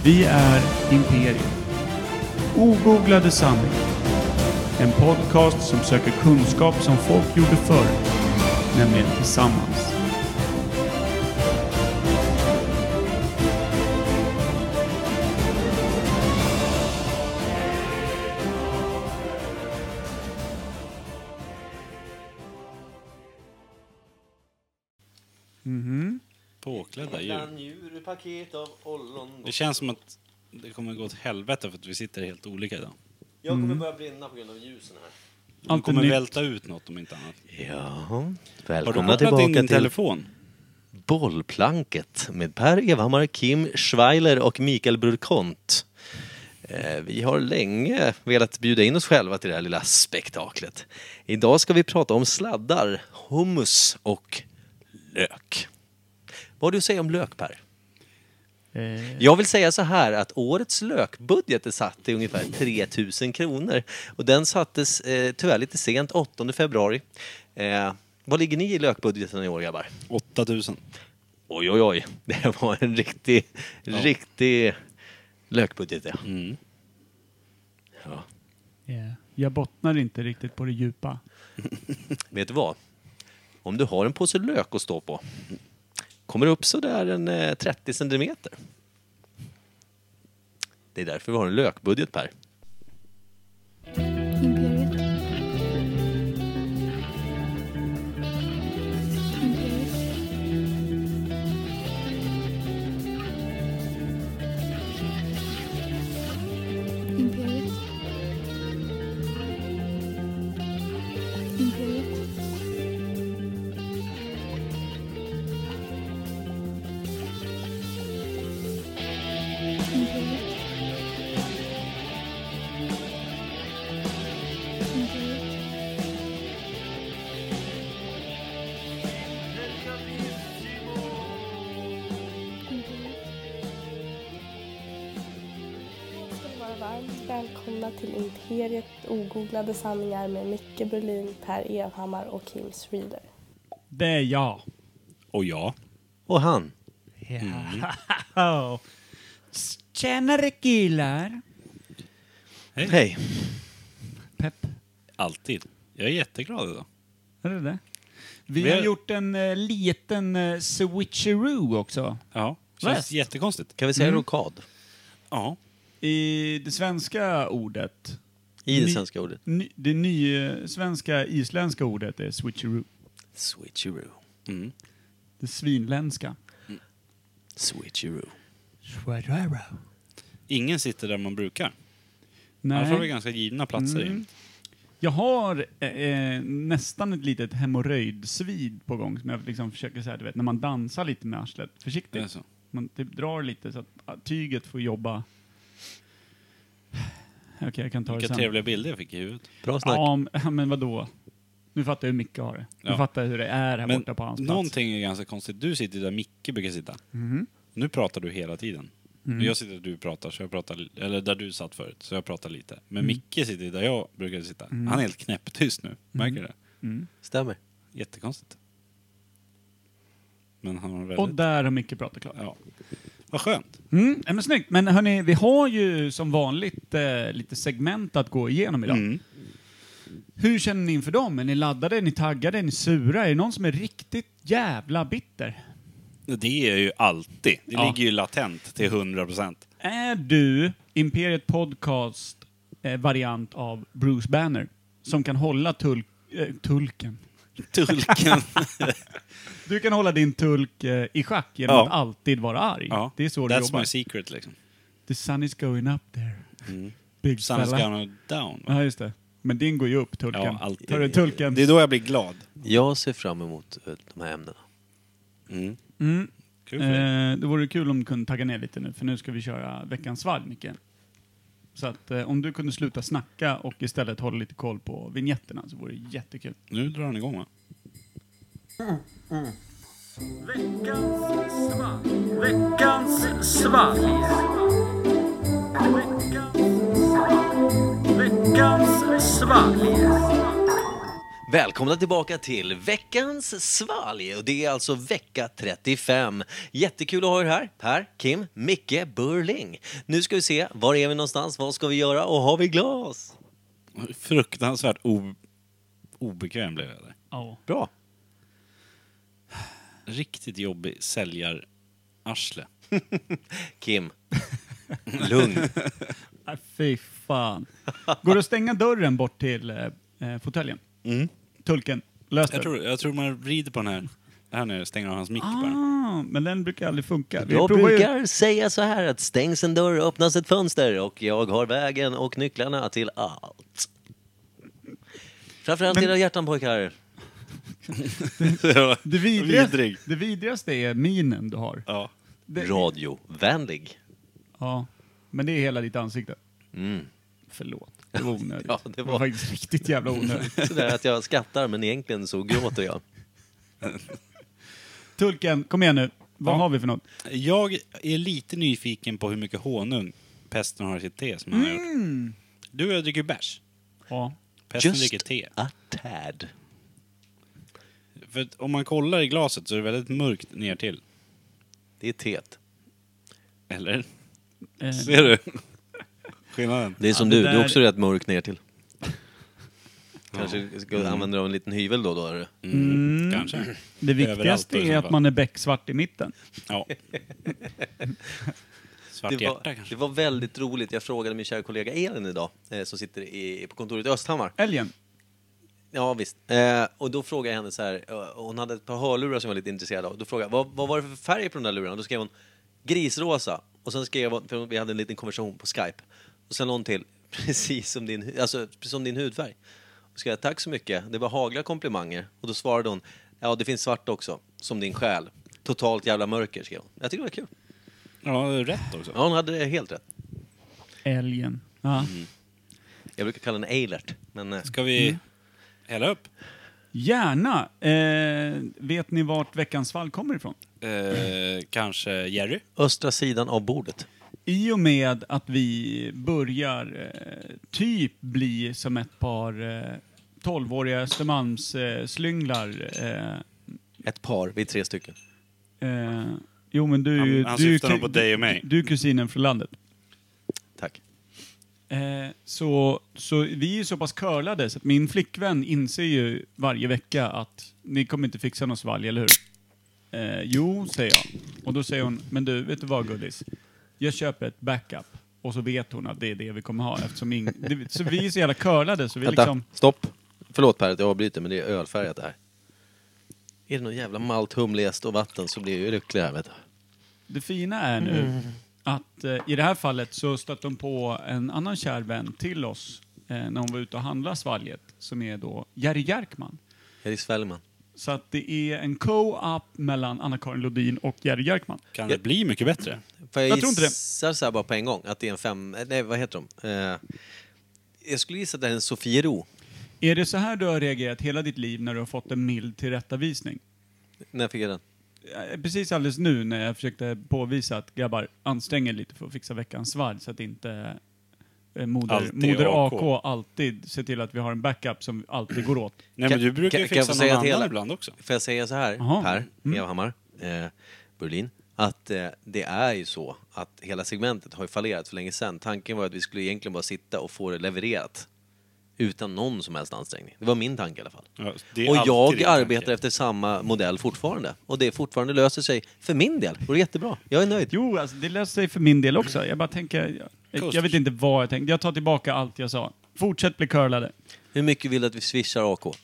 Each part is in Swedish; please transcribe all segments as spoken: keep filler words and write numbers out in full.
Vi är Imperiet. Ogooglade sanningar. En podcast som söker kunskap som folk gjorde förr, nämligen tillsammans. Mhm. Påklädda djur. Djur, paket av ollon. Det känns som att det kommer gå åt helvete för att vi sitter helt olika idag. Jag kommer börja brinna på grund av ljusen här. De Allt kommer nytt. välta ut något om inte annat. Ja, Har du välkomna kopplat in tillbaka din till telefon? Bollplanket med Per Evhammar, Kim Schweiler och Mikael Burkont. Eh, vi har länge velat bjuda in oss själva till det här lilla spektaklet. Idag ska vi prata om sladdar, hummus och lök. Vad har du att säga om lök, Per? Eh, Jag vill säga så här att årets lökbudget är satt till ungefär tre tusen kronor. Och den sattes eh, tyvärr lite sent, åttonde februari. Eh, vad ligger ni i lökbudgeten i år, grabbar? åtta tusen. Oj, oj, oj. Det var en riktig, Ja. riktig lökbudget, ja. Mm. ja. yeah. Jag bottnar inte riktigt på det djupa. Vet du vad? Om du har en påse lök att stå på, kommer det upp så där en eh, trettio centimeter. Det är därför vi har en lökbudget, Per. Imperiet. Imperiet. Imperiet. Imperiet. Imperiet. Imperiet. Ska ni vara varmt välkomna till Imperiet ogooglade sanningar med Micke Berlin, Per Evhammar och Kim Schweiler. Det är jag. Och ja. Och han. Oh. Tjenare killar. Hej. Hej. Pepp. Alltid. Jag är jätteglad idag. Är det det? Vi, Vi har har- gjort en uh, liten uh, switcheroo också. Ja. Känns Väst. jättekonstigt. Kan vi säga Mm. rokad? Ja. I det svenska ordet, I det Ny- svenska ordet. ny, det nya svenska isländska ordet är switcheroo. Switcheroo. Mm. Det svinländska. Switcheroo. Switcheroo. Ingen sitter där man brukar. Nej. Annars har vi ganska givna platser Mm. i. Jag har eh, eh, nästan ett litet hemorrojdsvid på gång som jag liksom försöker säga, du vet, när man dansar lite med arslet. Det är Försiktigt. så. Man typ drar lite så att ah, tyget får jobba. Okej, jag kan ta det Vilka sen. trevliga bilder jag fick i huvudet. Bra snack. Ja, m- ja, men vadå? Nu fattar jag hur mycket har det. Nu Ja. fattar jag hur det är här Men borta på hans plats. någonting är ganska konstigt. Du sitter där Micke brukar sitta. Mhm. Nu pratar du hela tiden. Mm. Jag sitter där du pratar, så jag pratar, li- eller där du satt förut, så jag pratar lite. Men Mm. Micke sitter där jag brukade sitta. Mm. Han är helt knäpptyst nu. Märker du det? Mm. Stämmer. Jättekonstigt. Men han har Och väldigt... där har Micke pratat klart. Ja. Vad skönt. Mm, ja, men snyggt. Men hörni, vi har ju som vanligt eh, lite segment att gå igenom idag. Mm. Hur känner ni inför dem? Är ni laddade? Är ni taggade? Är ni sura? Är det någon som är riktigt jävla bitter? Det är ju alltid. Det Ja. ligger ju latent till hundra procent. Är du Imperiet Podcast eh, variant av Bruce Banner som kan hålla tulk, eh, tulken? Tulken. Du kan hålla din tulk eh, i schack genom Ja. att alltid vara arg. Ja. Det är så du That's jobbar. my secret liksom. The sun is going up there. Mm. Big Sun is fella. going down. Ja, just det. Men din går ju upp, tulken. Ja, alltid. Tar du tulken? Det är då jag blir glad. Jag ser fram emot eh, de här ämnena. Mm. Mm. Kul för dig. Eh, det vore kul om du kunde tagga ner lite nu, för nu ska vi köra veckans svalg, Micke. Så att eh, om du kunde sluta snacka och istället hålla lite koll på vigneterna så vore det jättekul. Nu drar han igång va? Veckans svalg. Veckans svalg. Veckans svalg. Välkomna tillbaka till veckans svalg. Och det är alltså vecka trettiofem. Jättekul att ha er här. Per, Kim, Micke, Burling. Nu ska vi se, var är vi någonstans? Vad ska vi göra? Och har vi glas? Fruktansvärt o- obekväm blev jag där. Ja. Bra. Riktigt jobbig säljar-arsle. Kim, lugn. Nej, fy fan. Går det att stänga dörren bort till eh, fåtöljen? Mm. Tulken, lös det. Jag tror, jag tror man vrider på den här. Här nere stänger av hans mick bara. Ah, men den brukar aldrig funka. Vi Jag provar ju- brukar säga så här att stängs en dörr öppnas ett fönster och jag har vägen och nycklarna till allt. Framförallt Men- era hjärtan pojkar. det, vidrigaste, Vidrig. det vidrigaste är minen du har. Ja. Det, Radiovänlig. ja, men det är hela ditt ansikte. Mm. Förlåt, det var onödigt. Ja, det det, var- var... faktiskt riktigt jävla onödigt. Sådär att jag skrattar men egentligen så gråter jag. Tulken, kom igen nu. Vad Ja. har vi för något? Jag är lite nyfiken på hur mycket honung pesten har i sitt te som han har gjort. Mm. Du och jag dricker bärs. Ja. Pesten Just dricker te. a tad. För att om man kollar i glaset så är det väldigt mörkt ner till. Det är teet. Eller? Eh, Ser du? Skillnaden. Det är som Ja, det du, du där- är också rätt mörk ner till. Kanske ska mm. använda av en liten hyvel då. då är det. Mm. Mm. Kanske. det Överallt viktigaste i så är fall. att man är becksvart i mitten. Ja. Svart Det hjärta var, kanske. det var väldigt roligt. Jag frågade min kära kollega Elin idag, eh, som sitter i, på kontoret i Östhammar. Älgen. Ja, visst. Eh, och då frågade jag henne så här, eh, hon hade ett par hörlurar som jag var lite intresserad av. Då frågade jag, vad, vad var det för färg på de där lurarna? Då skrev hon grisrosa. Och sen skrev hon, för vi hade en liten konversation på Skype. Och sen någon till, precis som din, hu- alltså, som din hudfärg. Och skrev jag, tack så mycket, det var hagliga komplimanger. Och då svarade hon, ja det finns svart också, som din själ. Totalt jävla mörker, skrev hon. Jag tycker det var kul. Ja, rätt också. Ja, hon hade helt rätt. Älgen. Ja. Jag brukar kalla den Eilert. Men, eh, Ska vi hälla upp? Gärna. Eh, vet ni vart veckans svalg kommer ifrån? Eh, kanske Jerry? östra sidan av bordet. I och med att vi börjar eh, typ bli som ett par eh, tolvåriga Östermalmslynglar. Eh, Ett par, vi är tre stycken. eh, jo, men du är ju... Han- han du, är ju syftar nog på ku- dig och mig. Du, du är kusinen från landet. Tack. Eh, så, så vi är ju så pass curlade så att min flickvän inser ju varje vecka att ni kommer inte fixa någon svalg, eller hur? Eh, jo, säger jag. Och då säger hon, men du, vet du vad Gullis? Jag köper ett backup. Och så vet hon att det är det vi kommer ha. Eftersom ing- det, så vi är så jävla curlade så vi Vänta, liksom... stopp. Förlåt Per att jag avbryter, men det är ölfärgat det här. Är det någon jävla malt, humlejäst och vatten så blir jag ju lycklig här, vet du. Det fina är nu att eh, i det här fallet så stötte hon på en annan kär vän till oss eh, när hon var ute och handlade svalget. Som är då Jerry Jerkman. Erik Svellman. Så att det är en co-op mellan Anna-Karin Lodin och Jerry Jerkman. Kan det bli mycket bättre? Får jag, Jag tror inte det. gissa så här bara på en gång att det är en fem... Nej, vad heter de? Eh, jag skulle gissa att det är en Sofiero. Är det så här du har reagerat hela ditt liv när du har fått en mild tillrättavisning? När fick jag den? Eh, Precis alldeles nu när jag försökte påvisa att grabbar anstränger lite för att fixa veckans svalg så att inte eh, moder, Alltid moder A A K. K alltid ser till att vi har en backup som alltid går åt. Nej, Kan- men du brukar ju kan- kan jag fixa få någon säga annan till hela- ibland också. Får jag säga så här, Jaha. Per Mm. Evhammar, eh, Berlin, att eh, det är ju så att hela segmentet har ju fallerat för länge sedan. Tanken var att vi skulle egentligen bara sitta och få det levererat utan någon som helst ansträngning. Det var min tanke i alla fall. Ja, det är Och alltid jag din arbetar tanke. efter samma modell fortfarande. Och det fortfarande löser sig för min del. Och det är jättebra. Jag är nöjd. Jo, alltså, det löser sig för min del också. Jag bara tänker, jag, Coast. jag vet inte vad jag tänkte. Jag tar tillbaka allt jag sa. Fortsätt bli curlade. Hur mycket vill du att vi swishar A K?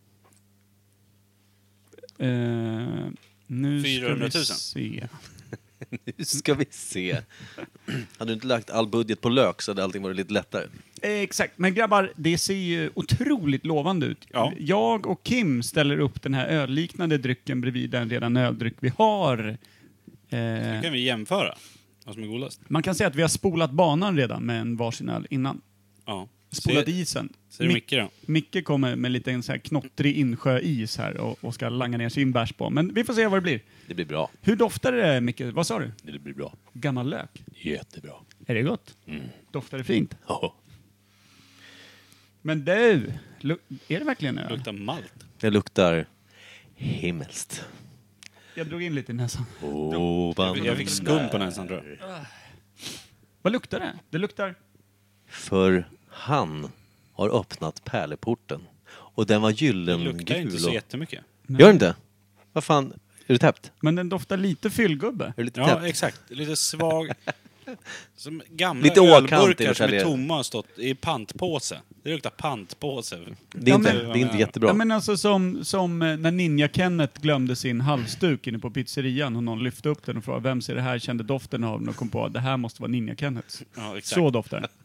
Eh, nu fyrahundratusen. ska vi se. Nu ska vi se. Hade du inte lagt all budget på lök så hade allting varit lite lättare. Eh, exakt, men grabbar, det ser ju otroligt lovande ut. Ja. Jag och Kim ställer upp den här ölliknande drycken bredvid den redan öldryck vi har. Eh, Det kan vi jämföra. Vad som är godast. man kan säga att vi har spolat banan redan med en varsin öl innan. Ja. Spolat Ser- isen. Ser du Mic- Micke då? Micke kommer med lite en så här knottrig insjöis här och, och ska langa ner sin bärs på. Men vi får se vad det blir. Det blir bra. Hur doftar det, Micke? Vad sa du? Det blir bra. Gammal lök. Jättebra. Är det gott? Mm. Doftar det fint? Ja. Men du, lu- är det verkligen öl? Luktar malt. Det luktar himmelskt. Jag drog in lite i näsan. Oh, Jag fick skum på näsan tror jag. Vad luktar det? Det luktar... För han har öppnat pärleporten. Och den var Det luktar inte gyllengul. så Och... jättemycket. Gör det inte? Vad fan, är du täppt? Men den doftar lite fyllgubbe. Är du lite Ja, täppt? exakt. Lite svag. Som gamla Lite åkant i ölburkar som är detaljer. tomma och stått i pantpåse. Det luktar pantpåse. Det är, inte, Ja, men- det är inte jättebra. Ja, men alltså som, som eh, när Ninja Kenneth glömde sin halsduk inne på pizzerian och någon lyfte upp den och frågade vem ser det här, kände doften av den och kom på att det här måste vara Ninja Kenneths. Ja, exakt. Så doftar det.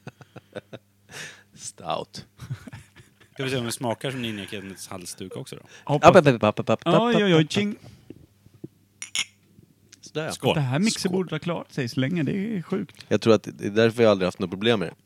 Stout. Ska vi se om det smakar som Ninja Kenneths halsduk också då? Hoppas. App, app, app, app, app, app, Oj, oj, oj, ching. Sådär, ja. Skål. Det här mixerbordet har klarat sig så länge, det är sjukt. Jag tror att det är därför jag aldrig haft något problem med det.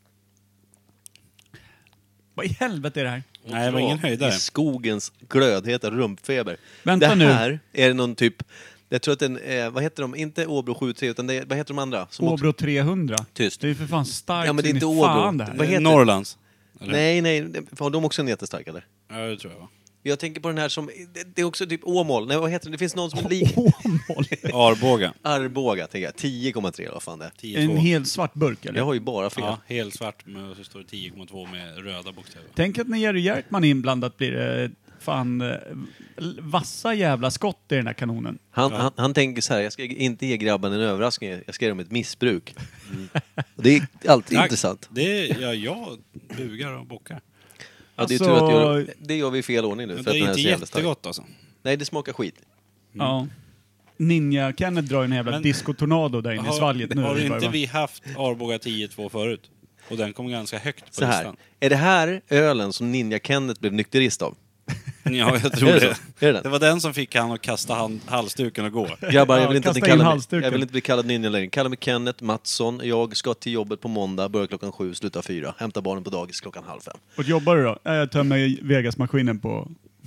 Vad i helvete är det här? Nej, det var ingen höjdare. I skogens glödheta rumpfeber. Vänta det nu. här är det någon typ... Jag tror att den... Eh, vad heter de? Inte Åbro sjuttiotre, utan det, vad heter de andra? Som också- Åbro trehundra. Tyst. Det är ju för fan starkt. Ja, men det är in i inte Åbro. fan det här. Vad heter det? Norrlands. Eller? Nej, nej. Har de också en jättestark eller? Ja, det tror jag va. Jag tänker på den här som... Det, det är också typ Åmål. Nej, vad heter det? Det finns någon som är lik... Åmål. Arboga. Arboga, tänker jag. tio komma tre, vad fan det är. tio En två. helt svart burk eller? Jag har ju bara fel. Ja, helt svart men så står det tio komma två med röda bokstäver. Tänk att när Jerry Jerkman är inblandat blir det fan eh, vassa jävla skott i den här kanonen. Han, Ja. han, han tänker så här, jag ska inte ge grabben en överraskning, jag ska ge dem ett missbruk. Och det är alltid Tack. intressant. Det är, ja, jag bugar och bockar. Ja, det, är Alltså- tur att gör, det gör vi i fel ordning nu. Men För det att den är här inte så jävla stark. jättegott alltså. Nej, det smakar skit. Ja. Ninja Kenneth drar ju en jävla Men- discotornado där inne i svalget nu. har Det är inte bara- vi haft Arboga tio två förut? Och den kom ganska högt på Så här, listan. är det här ölen som Ninja Kenneth blev nykterist av? Ja, jag tror Är det det. så? Är det Det den? var den som fick han att kasta hand, halsduken och gå. Grabbar, jag Ja, vill, inte att ni kasta in kallar mig, halsduken. jag vill inte bli kallad Ninja längre. Kalla mig Kenneth Mattsson. Jag ska till jobbet på måndag, börjar klockan sju, slutar fyra. Hämta barnen på dagis klockan halv fem. Vart jobbar du då? Äh, Jag tömmer Vegas-maskinen på...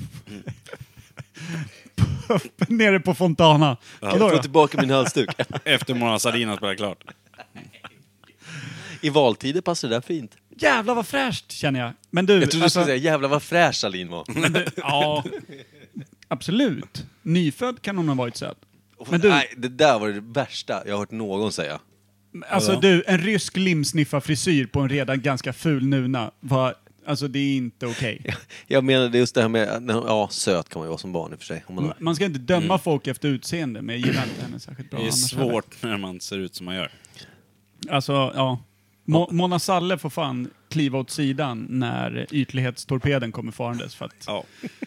Nere på Fontana. Jag Vadå får då? tillbaka min halsduk. Efter Mona Sahlin har spelat klart. I valtider passar det där fint. Jävlar vad fräscht känner jag. Men du, Jag trodde du alltså, skulle säga jävlar vad fräsch Salin var. ja, absolut. Nyfödd kan hon ha varit söt. Men du, Nej, det där var det värsta jag har hört någon säga. alltså Ja. du, en rysk limsniffa-frisyr på en redan ganska ful nuna, var, alltså det är inte okej. Jag menade just det här med, ja, söt kan man ju vara som barn i och för sig. Om man har. Man ska inte döma folk efter utseende, men jag gillar inte henne särskilt bra. Det är annars heller. svårt när man ser ut som man gör. Alltså, ja. Mo- Mona Salle får fan kliva åt sidan när ytlighetstorpeden kommer farandes för att... Ja.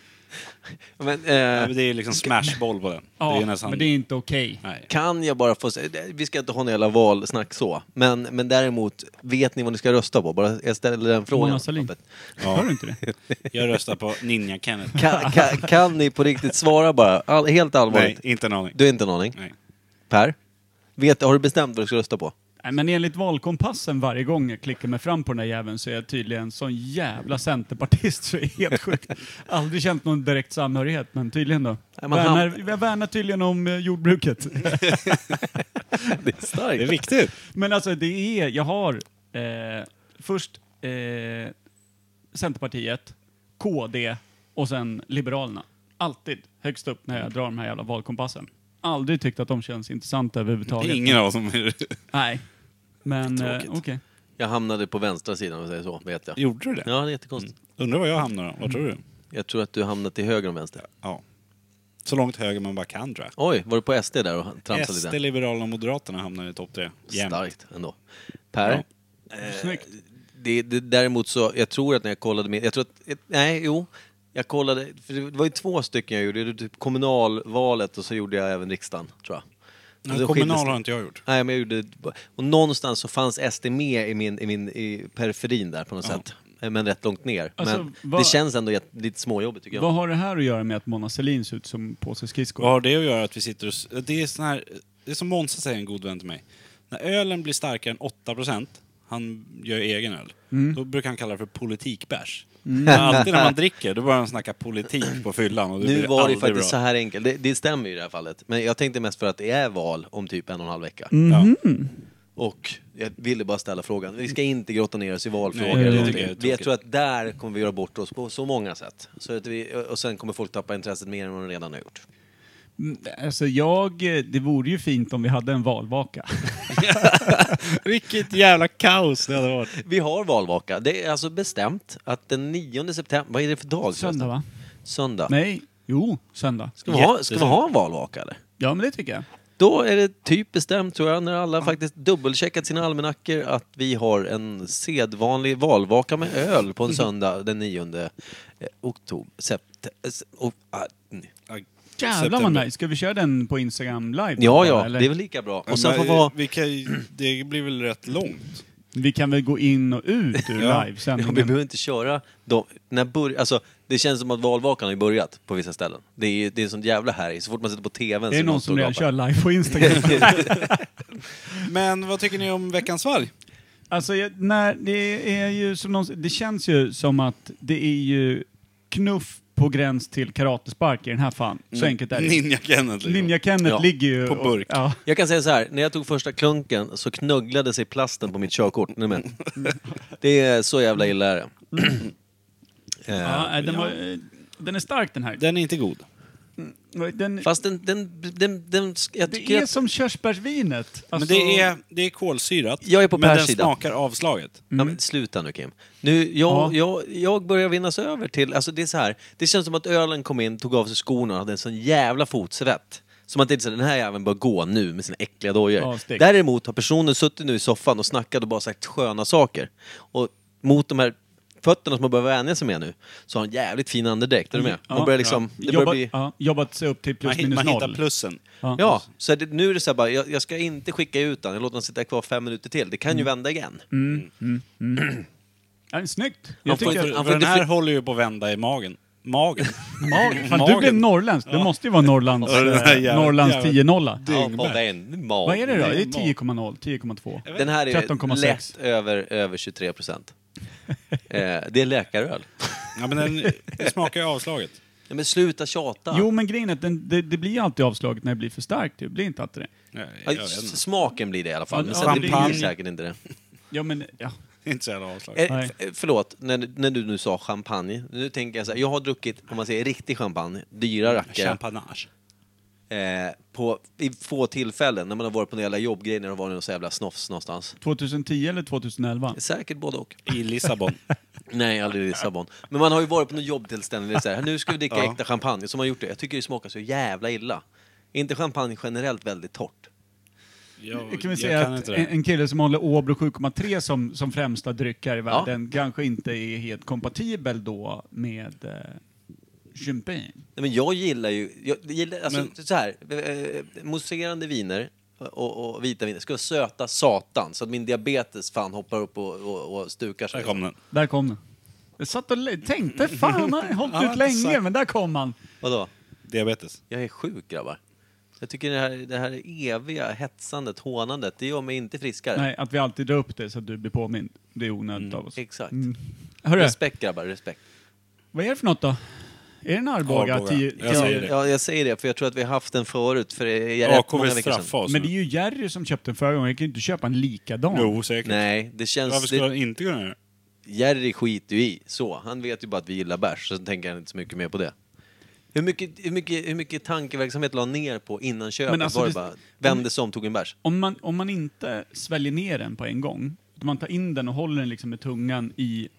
Men, Ja, eh, men det är liksom smashboll på den. Ja, det är nästan... men det är inte okej. Nej. kan jag bara få säga, vi ska inte ha någon jävla valsnack så, men, men däremot, vet ni vad ni ska rösta på? Bara jag ställer den frågan. Mona Sahlin. Ja. Hör du inte det? Jag röstar på Ninja Kenneth. Kan, kan, kan ni på riktigt svara bara, all, helt Nej, allvarligt? inte en aning. Du har inte en aning? Nej. Per? Vet, har du bestämt vad du ska rösta på? Nej, men enligt valkompassen varje gång jag klickar mig fram på den där jäveln så är jag tydligen en sån jävla centerpartist så det är helt sjukt. Aldrig känt någon direkt samhörighet, men tydligen då. man Värnar, jag värnar tydligen om eh, jordbruket. Det är starkt. Det är viktigt. Men alltså det är, jag har eh, först eh, Centerpartiet, K D och sen Liberalerna. Alltid högst upp när jag drar de här jävla valkompassen. Aldrig tyckt att de känns intressanta Det överhuvudtaget. är ingen av oss som... Nej. Men eh, Tråkigt. okej. Jag hamnade på vänstra sidan om jag säger så, vet jag. Gjorde du det? Ja, det är jättekonstigt. Undrar var jag hamnar då? Vad tror du? Jag tror att du hamnade till höger om vänster. Ja. Så långt höger man bara kan tror jag. Oj, var du på S D där och tramsade S D, lite? Liberalerna och Moderaterna hamnar i topp tre. Jämt. Starkt ändå. Per? Ja. Snyggt. Det, det, däremot så, jag tror att när jag kollade med, jag tror att, nej, jo. Jag kollade, för det var ju två stycken jag gjorde. Det var typ kommunalvalet och så gjorde jag även riksdagen, tror jag. Ja, Och det kommunal skildes- har inte jag gjort. Nej, men jag gjorde, och någonstans så fanns S D med i min, i min i periferin där på något Ja. sätt. Men rätt långt ner. Alltså, men vad- det känns ändå jätte, lite småjobbigt tycker jag. Vad har det här att göra med att Mona Sahlin ser ut som påse skridskor? Vad har det att göra att vi sitter och... s- Det är sån här... Det är som Månsa säger, en god vän till mig. När ölen blir starkare än åtta procent, han gör egen öl, då brukar han kalla det för politikbärs. Men alltid när man dricker, då börjar han snacka politik på fyllan. Och det Nu blir var det aldrig faktiskt så bra. här enkelt. Det, det stämmer ju i det här fallet. Men jag tänkte mest för att det är val om typ en och en halv vecka. Ja. Och jag ville bara ställa frågan. Vi ska inte grotta ner oss i valfrågor. Nej, det eller tycker jag är någonting. Vi- jag tråkigt. tror att där kommer vi göra bort oss på så många sätt. Så att vi, och sen kommer folk tappa intresset mer än vad de redan har gjort. Mm, Alltså jag, det vore ju fint om vi hade en valvaka. Vilket jävla kaos det hade varit. Vi har valvaka. Det är alltså bestämt att den nionde september... Vad är det för dag? Söndag va? Söndag. Nej, jo, söndag. Ska vi ha, ska vi ha en valvaka eller? Ja, men det tycker jag. Då är det typ bestämt tror jag, när alla faktiskt dubbelcheckat sina almanackor att vi har en sedvanlig valvaka med öl på en söndag den nionde oktober. Sept, och, ah, Jävlar vad September. nice. Ska vi köra den på Instagram live? ja, bara, ja, eller? det är väl lika bra. Men Och sen får vara... vi kan, ju- det blir väl rätt långt. Vi kan väl gå in och ut ur Ja. Ja, vi livesändningen. behöver inte köra de, när bör, alltså, det känns som att valvakan har ju börjat på vissa ställen. Det är, det är sånt jävla här. Så fort man sitter på tvn Det är så någon står som redan och kör gapar. live på Instagram. Men vad tycker ni om veckans valg? Alltså, jag- när det är ju som någon, det känns ju som att det är ju knuff på gräns till karatespark i den här fan. Så enkelt är det. Ninja Kenneth. Liksom. Ninja Kenneth Ja, ligger ju... på och- burk. Ja. Jag kan säga så här, när jag tog första klunken så knugglade sig plasten på mitt körkort. Ni med? Det är så jävla illa är det. Eh, Ja, nej, den, var, eh, den är stark den här. Den är inte god. Den, Fast den, den, den, den, jag det tycker är att, som körsbärsvinet. Alltså, Men det är, det är kolsyrat. Jag är på men Pers den sida. smakar avslaget. ja, men sluta nu Kim. Nu, jag, jag, jag börjar vinnas över till, alltså det är så här, det känns som att ölen kom in, tog av sig skorna och hade en sån jävla fotsvett. Som att det är så här, den här jäveln bör gå nu med sina äckliga dojor. Ja, stick. Däremot har personen suttit nu i soffan och snackat och bara sagt sköna saker. Och mot de här fötterna som man behöver vänja sig med nu, så har han jävligt fin andedräkt. Är du med? Man börjar liksom, det börjar jobbat, bli... ja, jobbat sig upp till plus Man, hi- minus man noll. hittar plussen. Ja. Ja, så det, nu är det så här bara, jag, jag ska inte skicka ut den, jag låter den sitta kvar fem minuter till. Det kan ju vända igen. Ja, det är snyggt. Han Jag får tycker inte- att, han För den inte här fly- håller ju på att vända i magen. Magen? Magen. Fan, du Magen. blev norrländsk. Det måste ju vara Norrlands, Ja, den här eh, jävla- Norrlands jävla- tio noll. Ja, vad den, Vad är det då? Det är mag. tio komma noll, tio komma två. Den här är tretton komma sex. lätt över, över tjugotre procent. eh, det är läkaröl. Ja, men den, det smakar ju avslaget. Ja, men sluta tjata. Jo, men grejen är att den, det, det blir ju alltid avslaget när det blir för starkt. Det blir inte alltid det. Ja, Ja, jag vet s- inte. smaken blir det i alla fall. Ja, Men ja, sen det det blir- blir säkert inte det. Ja, men ja. Inte så jävla avslaget. Eh, Nej. f- förlåt, när, när du nu sa champagne. Nu tänker jag så här, jag har druckit, om man säger riktig champagne, dyra rackare. Champanage. Eh, på, i få tillfällen när man har varit på några jävla jobbgrejer när det har varit någon så jävla snofs någonstans. tjugohundratio eller tjugoelva? Säkert både och. I Lissabon. Nej, aldrig i Lissabon. Men man har ju varit på någon jobbtillställning där det är så här, nu ska vi dricka Ja. äkta champagne. Som har gjort det. Jag tycker det smakar så jävla illa. Är inte champagne generellt väldigt torrt? Jag, Kan vi jag säga kan att inte en, det. en kille som håller Åbro sju komma tre som, som främsta dryck här i världen kanske inte är helt kompatibel då med eh, champagne. Nej, men jag gillar ju, jag gillar, alltså Men- så här, eh, mousserande viner och, och vita viner ska vara söta satan så att min diabetes fan hoppar upp och, och, och stukar sig. Där kom den. Där kom den. Jag satt och le- tänkte, fan han har hållit Ja, ut länge, exakt. men där kom han. Vadå? Diabetes. Jag är sjuk grabbar. Jag tycker det här, det här eviga hetsandet, hånandet, det gör mig inte friskare. Nej, att vi alltid drar upp det så att du blir påmind. Det är onödigt av oss. Exakt. Hörru, Respekt grabbar, respekt. vad är det för något då? Är det en Arboga? Arboga. tio, Jag tio- säger det. Ja, jag säger det för jag tror att vi har haft den förut för det är A rätt K många vill veckor sedan. straffa oss Men det är nu. ju Jerry som köpte den förra gången. Jag kan ju inte köpa en likadan. Jo, säkert. Nej, det känns... Varför skulle det, han inte kunna göra det? Jerry skiter ju i, så. Han vet ju bara att vi gillar bärs, så tänker han inte så mycket mer på det. Hur mycket, hur mycket, hur mycket tankeverksamhet la han ner på innan köpet? Men alltså var det det- bara, vände sig om, tog en bärs? Om man, om man inte sväljer ner den på en gång, utan man tar in den och håller den liksom med tungan i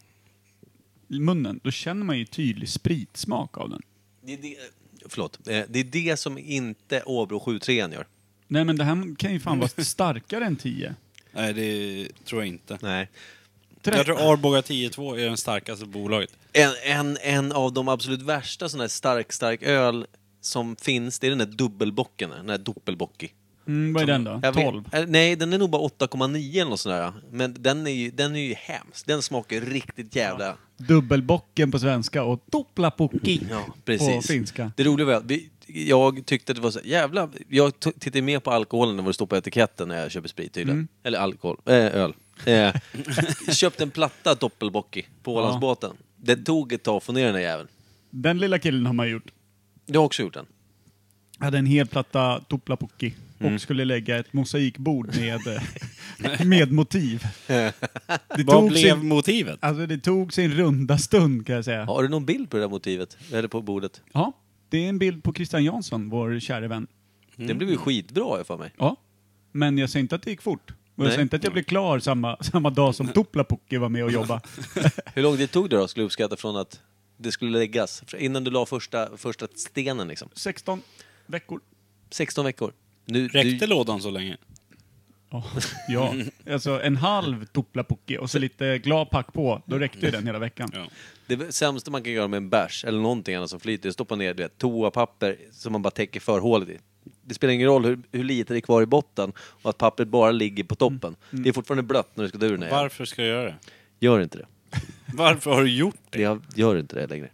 munnen, då känner man ju tydlig spritsmak av den. Det är det, förlåt. Eh, Det är det som inte Åbro sju tre gör. Nej, men det här kan ju fan vara starkare än tio. Nej, det tror jag inte. Nej. Jag tror Arboga tio två är den starkaste bolaget. En, en, en av de absolut värsta sån här stark, stark öl som finns, det är den där dubbelbocken, den där doppelbocki. Mm, vad är den då? Jag vet- tolv? eh, Nej, den är nog bara åtta komma nio eller något sånt där. Men den är ju, den är ju hemsk. Den smakar riktigt jävla... Dubbelbocken på svenska och tupplapukki Ja, på precis. finska. Det roliga var att vi, jag tyckte att det var så jävla... Jag t- tittar mer på alkoholen än vad det står på etiketten när jag köper sprit tydligen. Mm. Eller alkohol, äh, öl. Eh, köpte en platta doppelbocki på Ålandsbåten. Det tog ett tag att få ner den där jäveln. Den lilla killen har man gjort. Jag har också gjort den. Hade en hel platta tupplapukki. och skulle lägga ett mosaikbord med, eh, med motiv. Det Vad tog, blev sin, motivet? alltså det tog sin runda stund kan jag säga. Har du någon bild på det där motivet? Eller på bordet? Ja, det är en bild på Christian Jansson, vår kära vän. Det blev ju skitbra jag för mig. Ja, men jag säger inte att det gick fort. Och jag Nej. säger inte att jag blev klar samma, samma dag som Tuplapucki var med och jobba. Hur lång tid tog det då, skulle du uppskatta, från att det skulle läggas? Innan du la första, första stenen liksom? sexton veckor. sexton veckor. Nu, Räckte du, lådan så länge? Ja, ja. Alltså en halv Tuplapucki och så lite gladpack på. Då räckte ju den hela veckan. Ja. det sämsta man kan göra med en bärs eller någonting annat som flyter är att stoppa ner det, toapapper som man bara täcker för hålet i. Det spelar ingen roll hur, hur lite det är kvar i botten och att pappret bara ligger på toppen. Det är fortfarande blött när du ska dra ur den här. Varför ska jag göra det? Gör inte det. Varför har du gjort det? Jag gör inte det längre.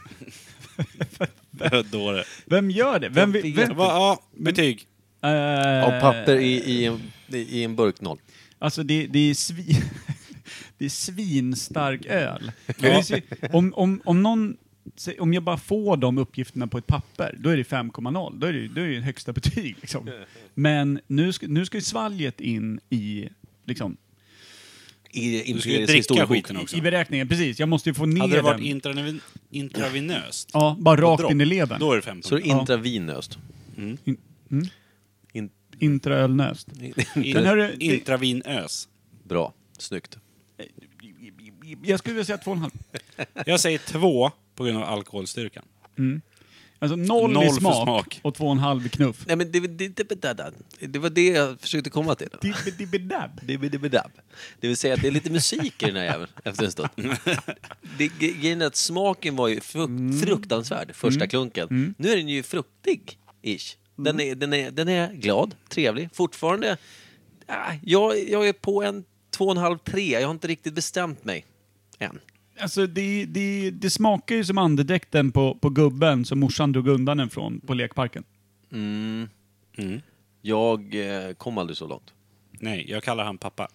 Dåre. Vem gör det? Vem, vem, vem, Va, ja, betyg. eh, Av papper i, i, en, i en burk noll. Alltså det, det är svi, det är svinstark öl. Det ser- Om, om, om någon, om jag bara får de uppgifterna på ett papper, då är det fem komma noll. Då är det, då är det högsta betyg liksom. Men nu ska, nu ska ju svalget in i liksom I Du ska ju Imperiets dricka historiebok. skiten också. i beräkningen, precis. Jag måste ju få ner Hade det varit den. intravin- intravenöst? Ja, bara rakt dropp, in i levern. Då är det fem Så är det Ja. intravinöst. In, mm, In, intraölnöst. Men hörru, det- Intravinös. bra, snyggt. Jag skulle vilja säga två och en halv. Jag säger två på grund av alkoholstyrkan. Alltså noll, Noll i för smak, smak. och två och en halv i knuff. Nej men det, det, det, det, det var det jag försökte komma till. Dibbidi-dab. Dibbidi-bidab. Det vill säga att det är lite musik i den här jäveln efter en stund. Det, grejen är att smaken var ju fru- fruktansvärd första klunken. Nu är den ju fruktig, ish. Den är, den är, den är glad, trevlig. Fortfarande, ah, jag, jag är på en två och en halv, tre. Jag har inte riktigt bestämt mig än. Alltså det, det, det smakar ju som andedräkten på, på gubben som morsan drog undan den från på lekparken. Mm. Mm. Jag eh, kom aldrig så långt. Nej, jag kallar han pappa.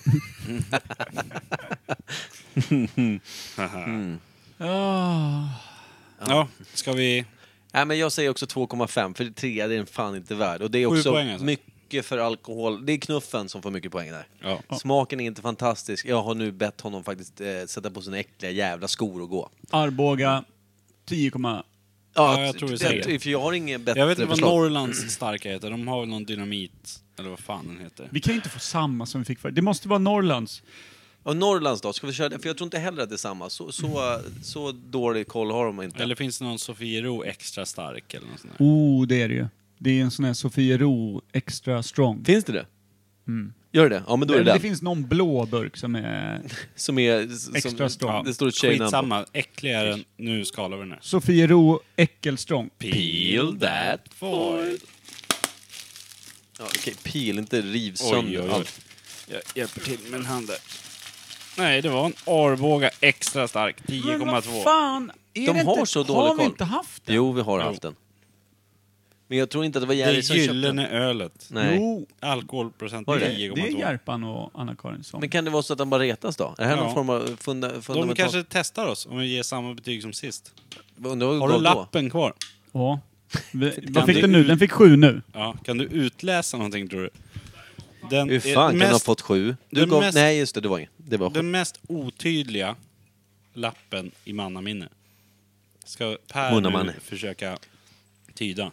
Ah. Ja, ska vi... Nej, men jag säger också två komma fem, för tre är den fan inte värd. Och det är Sju också poäng, alltså. mycket för alkohol. Det är knuffen som får mycket poäng där. Ja. Smaken är inte fantastisk. Jag har nu bett honom faktiskt eh, sätta på sina äckliga jävla skor och gå. Arboga tio, Ja, jag tror vi säger det. För jag har ingen bättre Jag vet inte vad förslag. Norrlands starka heter. De har väl någon dynamit, eller vad fan den heter. vi kan ju inte få samma som vi fick för. Det måste vara Norrlands. Och Norrlands då, ska vi köra det? För jag tror inte heller att det är samma. Så, så, så dålig koll har de inte. Eller finns det någon Sofiero extra stark eller något sånt där? Oh, det är det ju. Det är en sån här Sofiero extra strong. Finns det det? Gör det? Ja, men då är det Eller det den. finns någon blå burk som är Som är... Som, Extra strong. Ja, det står ett tjejnamn på. Skitsamma, äckligare än... Nu skalar vi den här. Sofiero äckelstrong. Peel that foil. Ja, okej, pil, inte riv Oj, sönder oj, oj. allt. Jag hjälper till med en hand där. Nej, det var en Arboga extra stark, tio komma Men vad två. fan? Är De det har inte, så dålig har vi koll. inte haft det? Jo, vi har Jo. haft den. Men jag tror inte att det var Det Jerry som är köpte den. gyllene ölet. Nej. Jo, Alkoholprocent Var det? tio det komma är två. Järpan och Anna-Karin som... Men kan det vara så att de bara retas då? Är det här Ja. någon form av funda, De fundamental... kanske testar oss om vi ger samma betyg som sist. Undrar vad Har det du gav då? lappen kvar? Ja. Vi, Kan vad fick du den nu? ut- Den fick sju nu. Ja, kan du utläsa någonting tror du? Den, Hur är fan kan mest, de ha fått sju? Du den gav... mest- Nej, just det, det var inget. Det var sju. Den mest otydliga lappen i mannaminne. Ska Per Mannaminne. nu försöka tyda?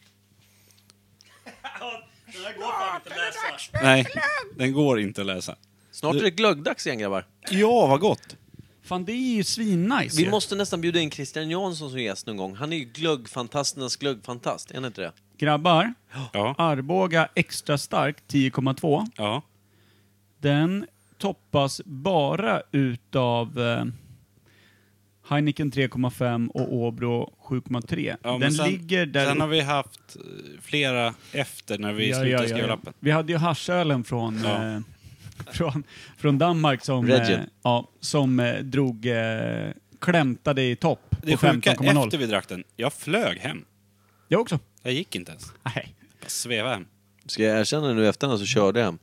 Nej, den går inte att läsa. Snart är det glöggdags igen, grabbar. Ja, vad gott! Fan, det är ju svinnice Vi ju. måste nästan bjuda in Christian Jansson som gäst någon gång. Han är ju glöggfantasternas glöggfantast, är han inte det? Grabbar, Ja, Arboga extra stark tio komma två. ja. Den toppas bara utav eh, Heineken tre komma fem och Åbro sju komma tre. ja men den sen, ligger där... sen har vi haft eh, flera efter när vi Ja, slutade ja, ja, skriva ja. lappen. Vi hade ju haschölen från, Ja. eh, från, från Danmark som, Regin. eh, ja, som eh, drog, eh, klämtade i topp Det på sjuka femton komma noll. efter vi drack den, jag flög hem. Jag också. Jag gick inte ens. Nej. Bara sveva hem. Ska jag erkänna nu efterhand så körde jag hem.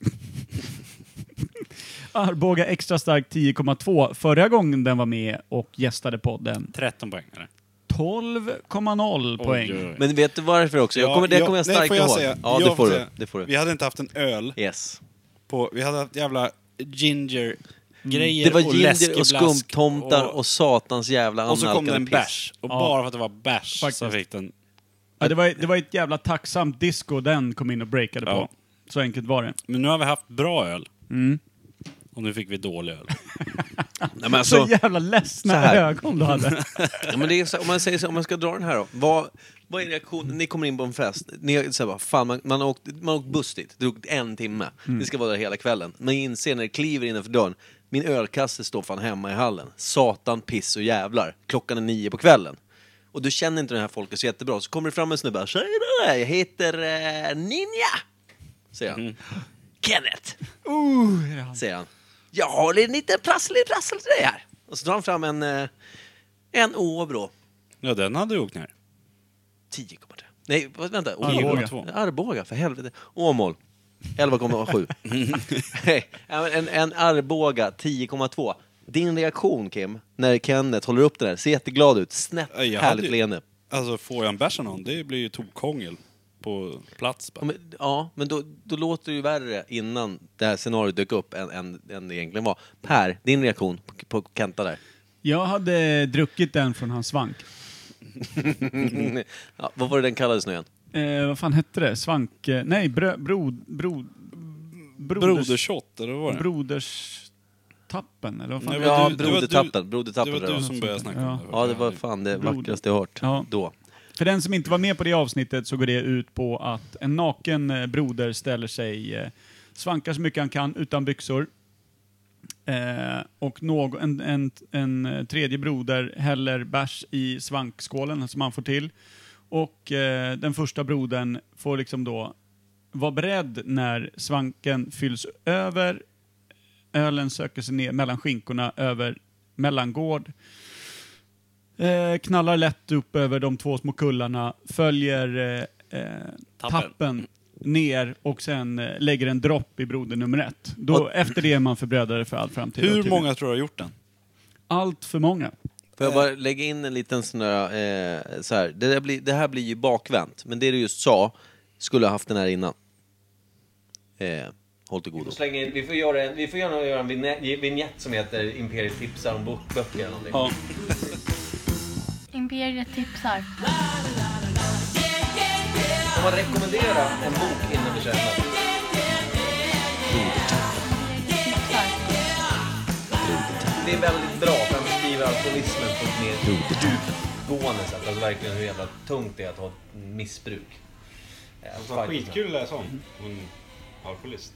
Arboga extra stark tio komma två. Förra gången den var med och gästade podden tretton poäng eller? tolv komma noll poäng. Oj, oj, oj. Men vet du varför också? Jag Ja, kommer, det ja, kommer jag nej, starkt får jag ihåg. säga? Ja, Jag det får får du. säga. Det får Vi du. hade inte haft en öl Yes. på... Vi hade haft jävla ginger grejer Det var och ginger och läskeblask skumtomtar och, och, satans jävla och så kom det en piss. bärs. Och Ja. bara för att det var bärs så Faktiskt. fick den... Ja, det, var, det var ett jävla tacksamt disco den kom in och breakade Ja. på. Så enkelt var det. Men nu har vi haft bra öl. Mm. Och nu fick vi dålig öl. Nej, men alltså, Så jävla ledsna så här. ögon du hade. ja, men det är så, om man säger så, om man ska dra den här då. Vad, vad är reaktionen? Ni kommer in på en fest. Ni säger bara, fan, man, man, har åkt, man har åkt buss dit. Det tog en timme. Mm. Ni ska vara där hela kvällen. Man inser när det kliver innanför dörren. Min ölkasse står fan hemma i hallen. Satan, piss och jävlar. Klockan är nio på kvällen. Och du känner inte den här folket så jättebra. Så kommer det fram en snubbe. Tjena, jag heter eh, Ninja. Säger han. Kenneth. Uh, ja. Säger han. Jag har en liten prasslig prassel till dig här. Och så drar han fram en, eh, en Åbro. Ja, den hade du åkt ner. tio komma tre. Nej, vad- vänta. Arboga. Åmål. Arboga, för helvete. Åmål. elva komma sju. Nej, en, en Arboga tio komma två. Din reaktion, Kim, när Kenneth håller upp den där, ser jätteglad ut. Snett, Ja, jag härligt hade- leende. Alltså, får jag en bärs av någon, det blir ju tokkångel på plats. Ja, Bara. men, ja, men då, då låter det ju värre innan det här scenariot dök upp än, än, än det egentligen var. Per, din reaktion på, på Kenta där? Jag hade druckit den från hans svank. Ja, vad var det den kallades nu igen? Eh, vad fan hette det? Svank... Eh, nej, brö, brod... brod broders, Brodershot, eller vad var det? Broderstappen, eller vad fan? Nej, det men- var? Ja, du- det var brodertappen. Det Brodertappen var tror jag. du som började snacka om Ja. det. Ja, det var fan det Broder. vackraste jag hört Ja. då. För den som inte var med på det avsnittet så går det ut på att en naken eh, broder ställer sig, eh, svankar så mycket han kan utan byxor. Eh, och någon, en, en, en eh, tredje broder häller bärs i svankskålen som han får till. Och eh, den första brodern får liksom då vara beredd när svanken fylls över. Ölen söker sig ner mellan skinkorna över mellangård. Eh, knallar lätt upp över de två små kullarna, följer eh, eh, Tappen. tappen ner och sen eh, lägger en dropp i broder nummer ett. Då, efter det är man förbrödare för all framtid. Hur många tror du har gjort den? Allt för många. Får jag bara lägga in en liten sån där, eh, så här. Det, där blir, det här blir ju bakvänt. Men det du just sa, skulle ha haft den här innan. Eh, håll till godo. Släng in, vi får göra en, vi får gärna göra en vignett, vignett som heter Imperiet tipsar om bok, böcker eller någonting. Ja. Imperiet tipsar. Om man rekommenderar en bok innan vi känner. Tipsar. Det är väldigt bra för han beskriver alkoholismen på ett mer djupgående sätt. Alltså verkligen hur jävla tungt det är att ha ett missbruk. Eh, Skitkul att läsa om. En alkoholist.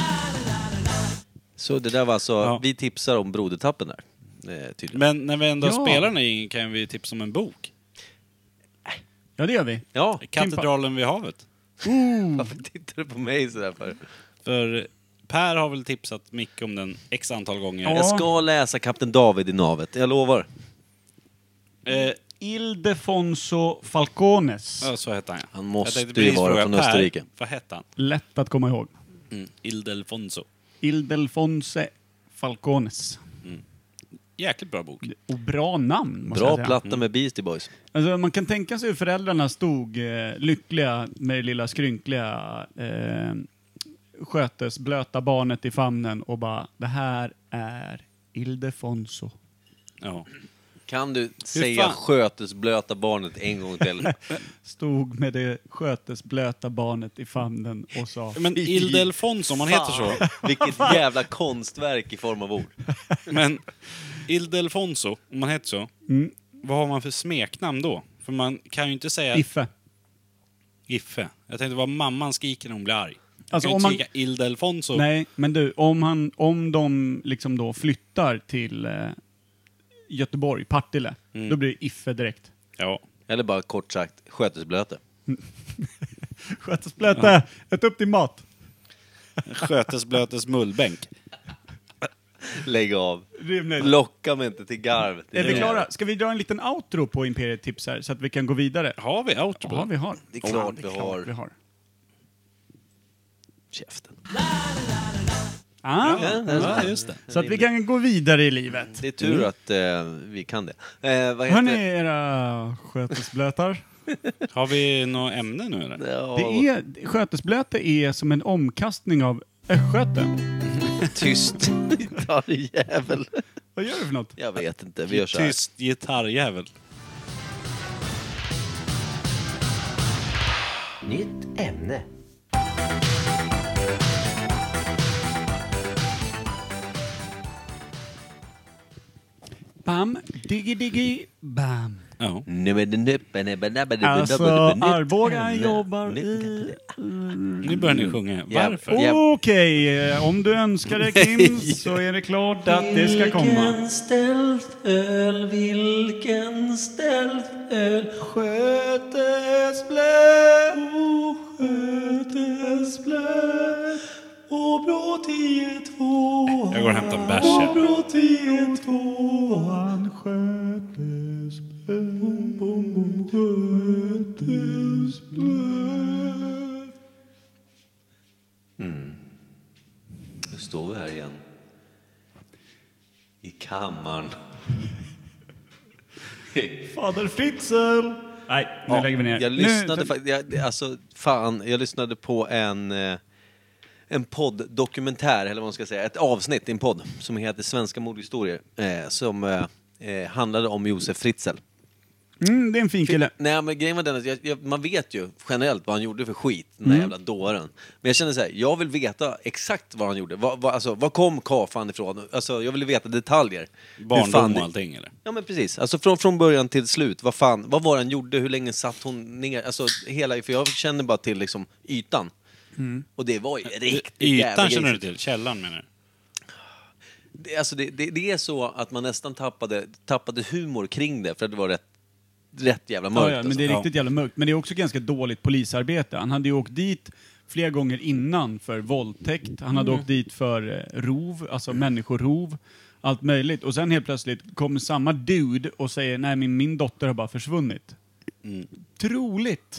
Så det där var alltså, Ja. vi tipsar om brodertappen där. Eh, tydligen. Men när vi ändå Ja. spelar den här kan vi tipsa om en bok. Ja, det gör vi. Ja, Katedralen vid havet. varför tittar du på mig sådär för? För Per har väl tipsat mycket om den x antal gånger. Ja. Jag ska läsa Kapten David i navet, jag lovar. Eh, Ildefonso Falcones. ja, så hette han ja. Han måste Jag tänkte ju precis vara fråga från Per, Österrike. Vad hette han? Lätt att komma ihåg. Mm. Ildefonso. Ildefonse Falcones. Jäkligt bra bok. Och bra namn, måste Bra jag säga. platta med Beastie Boys. Alltså, man kan tänka sig hur föräldrarna stod eh, lyckliga med det lilla skrynkliga eh, skötesblöta barnet i famnen och bara, det här är Ildefonso. Ja. Kan du säga fan? skötesblöta barnet en gång till? Stod med det skötesblöta barnet i famnen och sa, Men Ildefonso, om man heter så. Vilket jävla konstverk i form av ord. Men Ildefonso, om man heter så. Mm. Vad har man för smeknamn då? För man kan ju inte säga Iffe. Iffe. Jag tänkte vad mamman skriker när hon blir arg. Alltså, Alltså, kan om ju man- inte skrika Ildefonso. Nej, men du, om, han, om de liksom då flyttar till eh, Göteborg, Partille, Mm. då blir det Iffe direkt. Ja. Eller bara kort sagt, skötesblöte. Skötesblöte, ät upp din mat. Skötesblötes mullbänk. Lägg av. Rimligt. Locka mig inte till garv. Är vi klara? Ska vi dra en liten outro på Imperiet Tips här så att vi kan gå vidare? Har vi outro på Ja, den? vi har. Det är klart det är vi klart har. vi har. Käften. Ah, Ja, ja, just det. så att vi kan gå vidare i livet. Det är tur att eh, vi kan det. Eh, vad heter Hörni, era skötesblötar. Har vi något ämne nu eller? Ja, Det är, skötesblöte är som en omkastning av östgöte. tyst gitarrjävel. Vad gör du för något? Jag vet inte, vi gör så här. Tyst gitarrjävel. Nytt ämne. Bam, diggi diggi, bam. Ja. Alltså, Arboga jobbar i... Nu börjar ni sjunga. Varför? Ja. Okej, eh, om du önskar det Kim så är det klart att det ska komma. Vilken stealth-öl, vilken stealth-öl. Skötesblöt, oh, skötesblöt. Och bra tio två. Jag går och hämtar en bärs här. Och bra tio två. Han skötesblöt, bom, bom, bom, skötesblöt. Nu står vi här igen. I kammaren. Fader Fritzl. Nej, nu lägger vi ner. Jag lyssnade nu, faktiskt, jag, alltså fan, jag lyssnade på en eh, en podd-dokumentär, eller vad man ska säga, ett avsnitt i en podd som heter Svenska mordhistorier, eh, som eh, eh, handlade om Josef Fritzl. mm, det är en fin kille. Nej, men grejen var den att jag, jag, man vet ju generellt vad han gjorde för skit, den där Mm. jävla dåren. Men jag kände så här, jag vill veta exakt vad han gjorde. Vad, vad, alltså, vad kom Kafan ifrån? Alltså, jag ville veta detaljer. Hur fan Barndom det- och allting eller? Ja, men precis. Alltså från, från början till slut. Vad fan, vad var han gjorde? Hur länge satt hon ner? Alltså hela, för jag känner bara till liksom ytan. Och det var ju riktigt jävla Ytan känner du grisigt. till? Källan menar du? Det, alltså det, det, det är så att man nästan tappade, tappade humor kring det, för att det var rätt, rätt jävla mörkt. Ja, ja, men det är alltså. riktigt jävla mörkt. Men det är också ganska dåligt polisarbete. Han hade ju åkt dit flera gånger innan för våldtäkt. Han hade åkt dit för eh, rov, alltså människorov. Allt möjligt. Och sen helt plötsligt kommer samma dude och säger nej, min, min dotter har bara försvunnit. Troligt.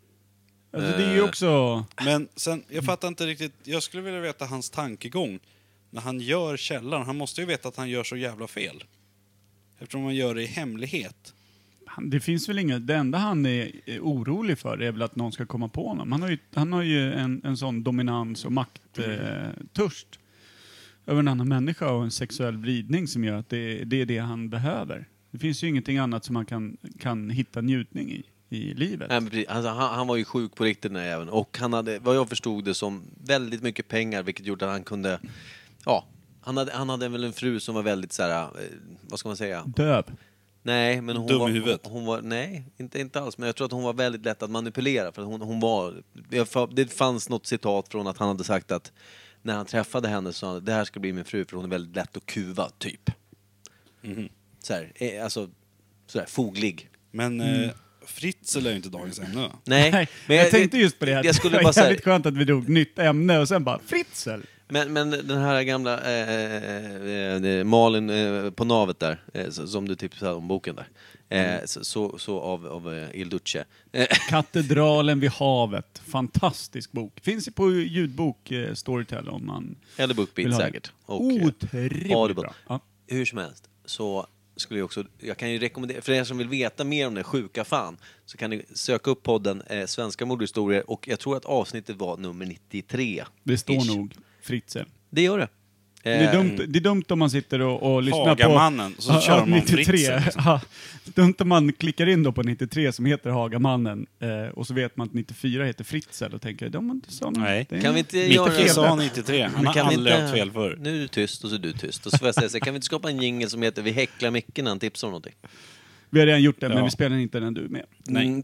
Alltså det är ju också... Men sen, jag fattar inte riktigt, jag skulle vilja veta hans tankegång. När han gör källan, han måste ju veta att han gör så jävla fel. Eftersom han gör det i hemlighet. Han, det finns väl inget... Det enda han är, är orolig för är väl att någon ska komma på honom. Han har ju, han har ju en, en sån dominans och makttörst eh, törst över en annan människa och en sexuell vridning som gör att det, det är det han behöver. Det finns ju ingenting annat som man kan, kan hitta njutning i, i livet. Nej, men precis. Alltså, han, han var ju sjuk på riktigt den här även. Och han hade, vad jag förstod det som, väldigt mycket pengar, vilket gjorde att han kunde... Ja, han hade, han hade väl en fru som var väldigt så här, eh, vad ska man säga? Döv. Nej, men hon Dum i var, huvudet. Hon, hon var, nej, inte, inte alls. Men jag tror att hon var väldigt lätt att manipulera. För att hon, hon var, det fanns något citat från att han hade sagt att när han träffade henne så sa han, det här ska bli min fru för hon är väldigt lätt att kuva, typ. Mhm. Så här, eh, alltså, så här, foglig. Men eh, Fritzl är ju inte dagens ämne va? Nej, Nej, men jag, tänkte just på det. Här. Jag skulle det bara var säga, jävligt skönt att vi drog nytt ämne och sen bara Fritzl. men, men den här gamla eh, eh, eh, Malin eh, på navet där, eh, som du tipsade om boken där. Eh, så, så, så av, av eh, Il Duce. Eh, Katedralen vid havet. Fantastisk bok. Finns ju på ljudbok eh, Storytel om man eller BookBeat vill ha säkert. Och, Och, eh, Otroligt Audible. bra. Ja. hur som helst så skulle jag också, jag kan ju rekommendera, för er som vill veta mer om den sjuka fan, så kan ni söka upp podden eh, Svenska mordhistorier, och jag tror att avsnittet var nummer nittiotre. Det står Ish. nog Fritzl. Det gör det. Det är, Eh, dumt, det är dumt om man sitter och, och lyssnar Hagamannen, på... så kör de om nittiotre. Fritzl, liksom. Ja, dumt om man klickar in då på nittiotre som heter Hagamannen eh, och så vet man att nittiofyra heter Fritzl och tänker, de inte sa något. Nej. Det är- Kan vi inte Micke göra sa nittiotre, han Men har kan vi aldrig inte- haft fel förr. Nu är du tyst och så är du tyst. Och så får jag säga så här, kan vi inte skapa en jingle som heter Vi häcklar Micke när han tipsar om någonting? Vi har redan gjort det, men Ja. vi spelar inte när du är med. Nej. Mm.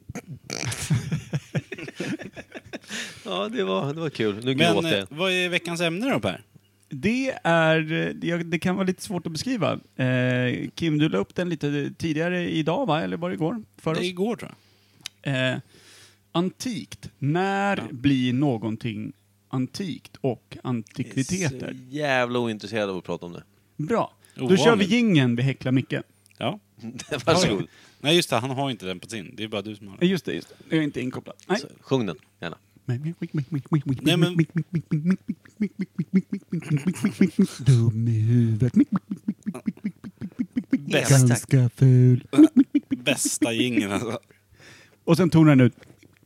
Ja, det var, det var kul. Nu Men gråter eh, jag. vad är veckans ämne då Per? Det är, det, det kan vara lite svårt att beskriva. Eh, Kim, du la upp den lite tidigare idag va? Eller var det igår? För Det oss? är igår tror jag. Eh, antikt. När blir någonting antikt och Jag antikviteter? är så jävla ointresserad av att prata om det. Bra. Då Ovanligt. kör vi jingeln vi häcklar Micke. Ja. Varsågod. Nej just det, han har inte den på sin. Det är bara du som har Eh, den. Just det, just det. Jag är inte inkopplad. Nej. Så, sjung den, gärna. Nej, men- Dum i huvudet. Bäst, Ganska ful. bästa jingeln alltså. Och sen tonar den ut.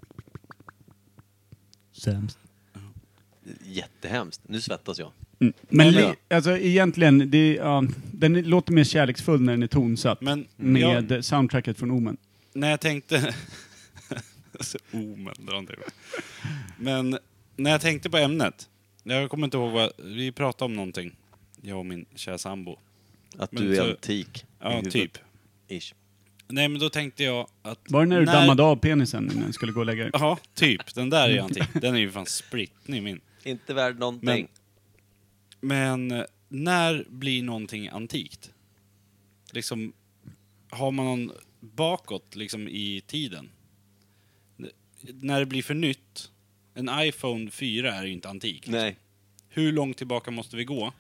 Sämst. Jättehemskt. Nu svettas jag. Mm. Men Nej, li- men- alltså egentligen, det, ja, den är- låter mer kärleksfull när den är tonsatt. Men med jag, soundtracket från Omen. när jag tänkte... alltså, omen, dra inte det. Men när jag tänkte på ämnet. Jag kommer inte ihåg vad... Vi pratade om någonting. Jag och min kära sambo. Att Men du är så- antik. i Ja, huvudet. typ. Ish. Nej, men då tänkte jag att... Var det när du dammade av penisen när den skulle gå och lägga dig? Ja, typ. Den där är ju antik. Den är ju fan sprittning min. Inte värd någonting. Men, men eh, när blir någonting antikt? Liksom, har man någon bakåt liksom i tiden? N- När det blir för nytt. En iPhone fyra är ju inte antik. Nej. Hur långt tillbaka måste vi gå?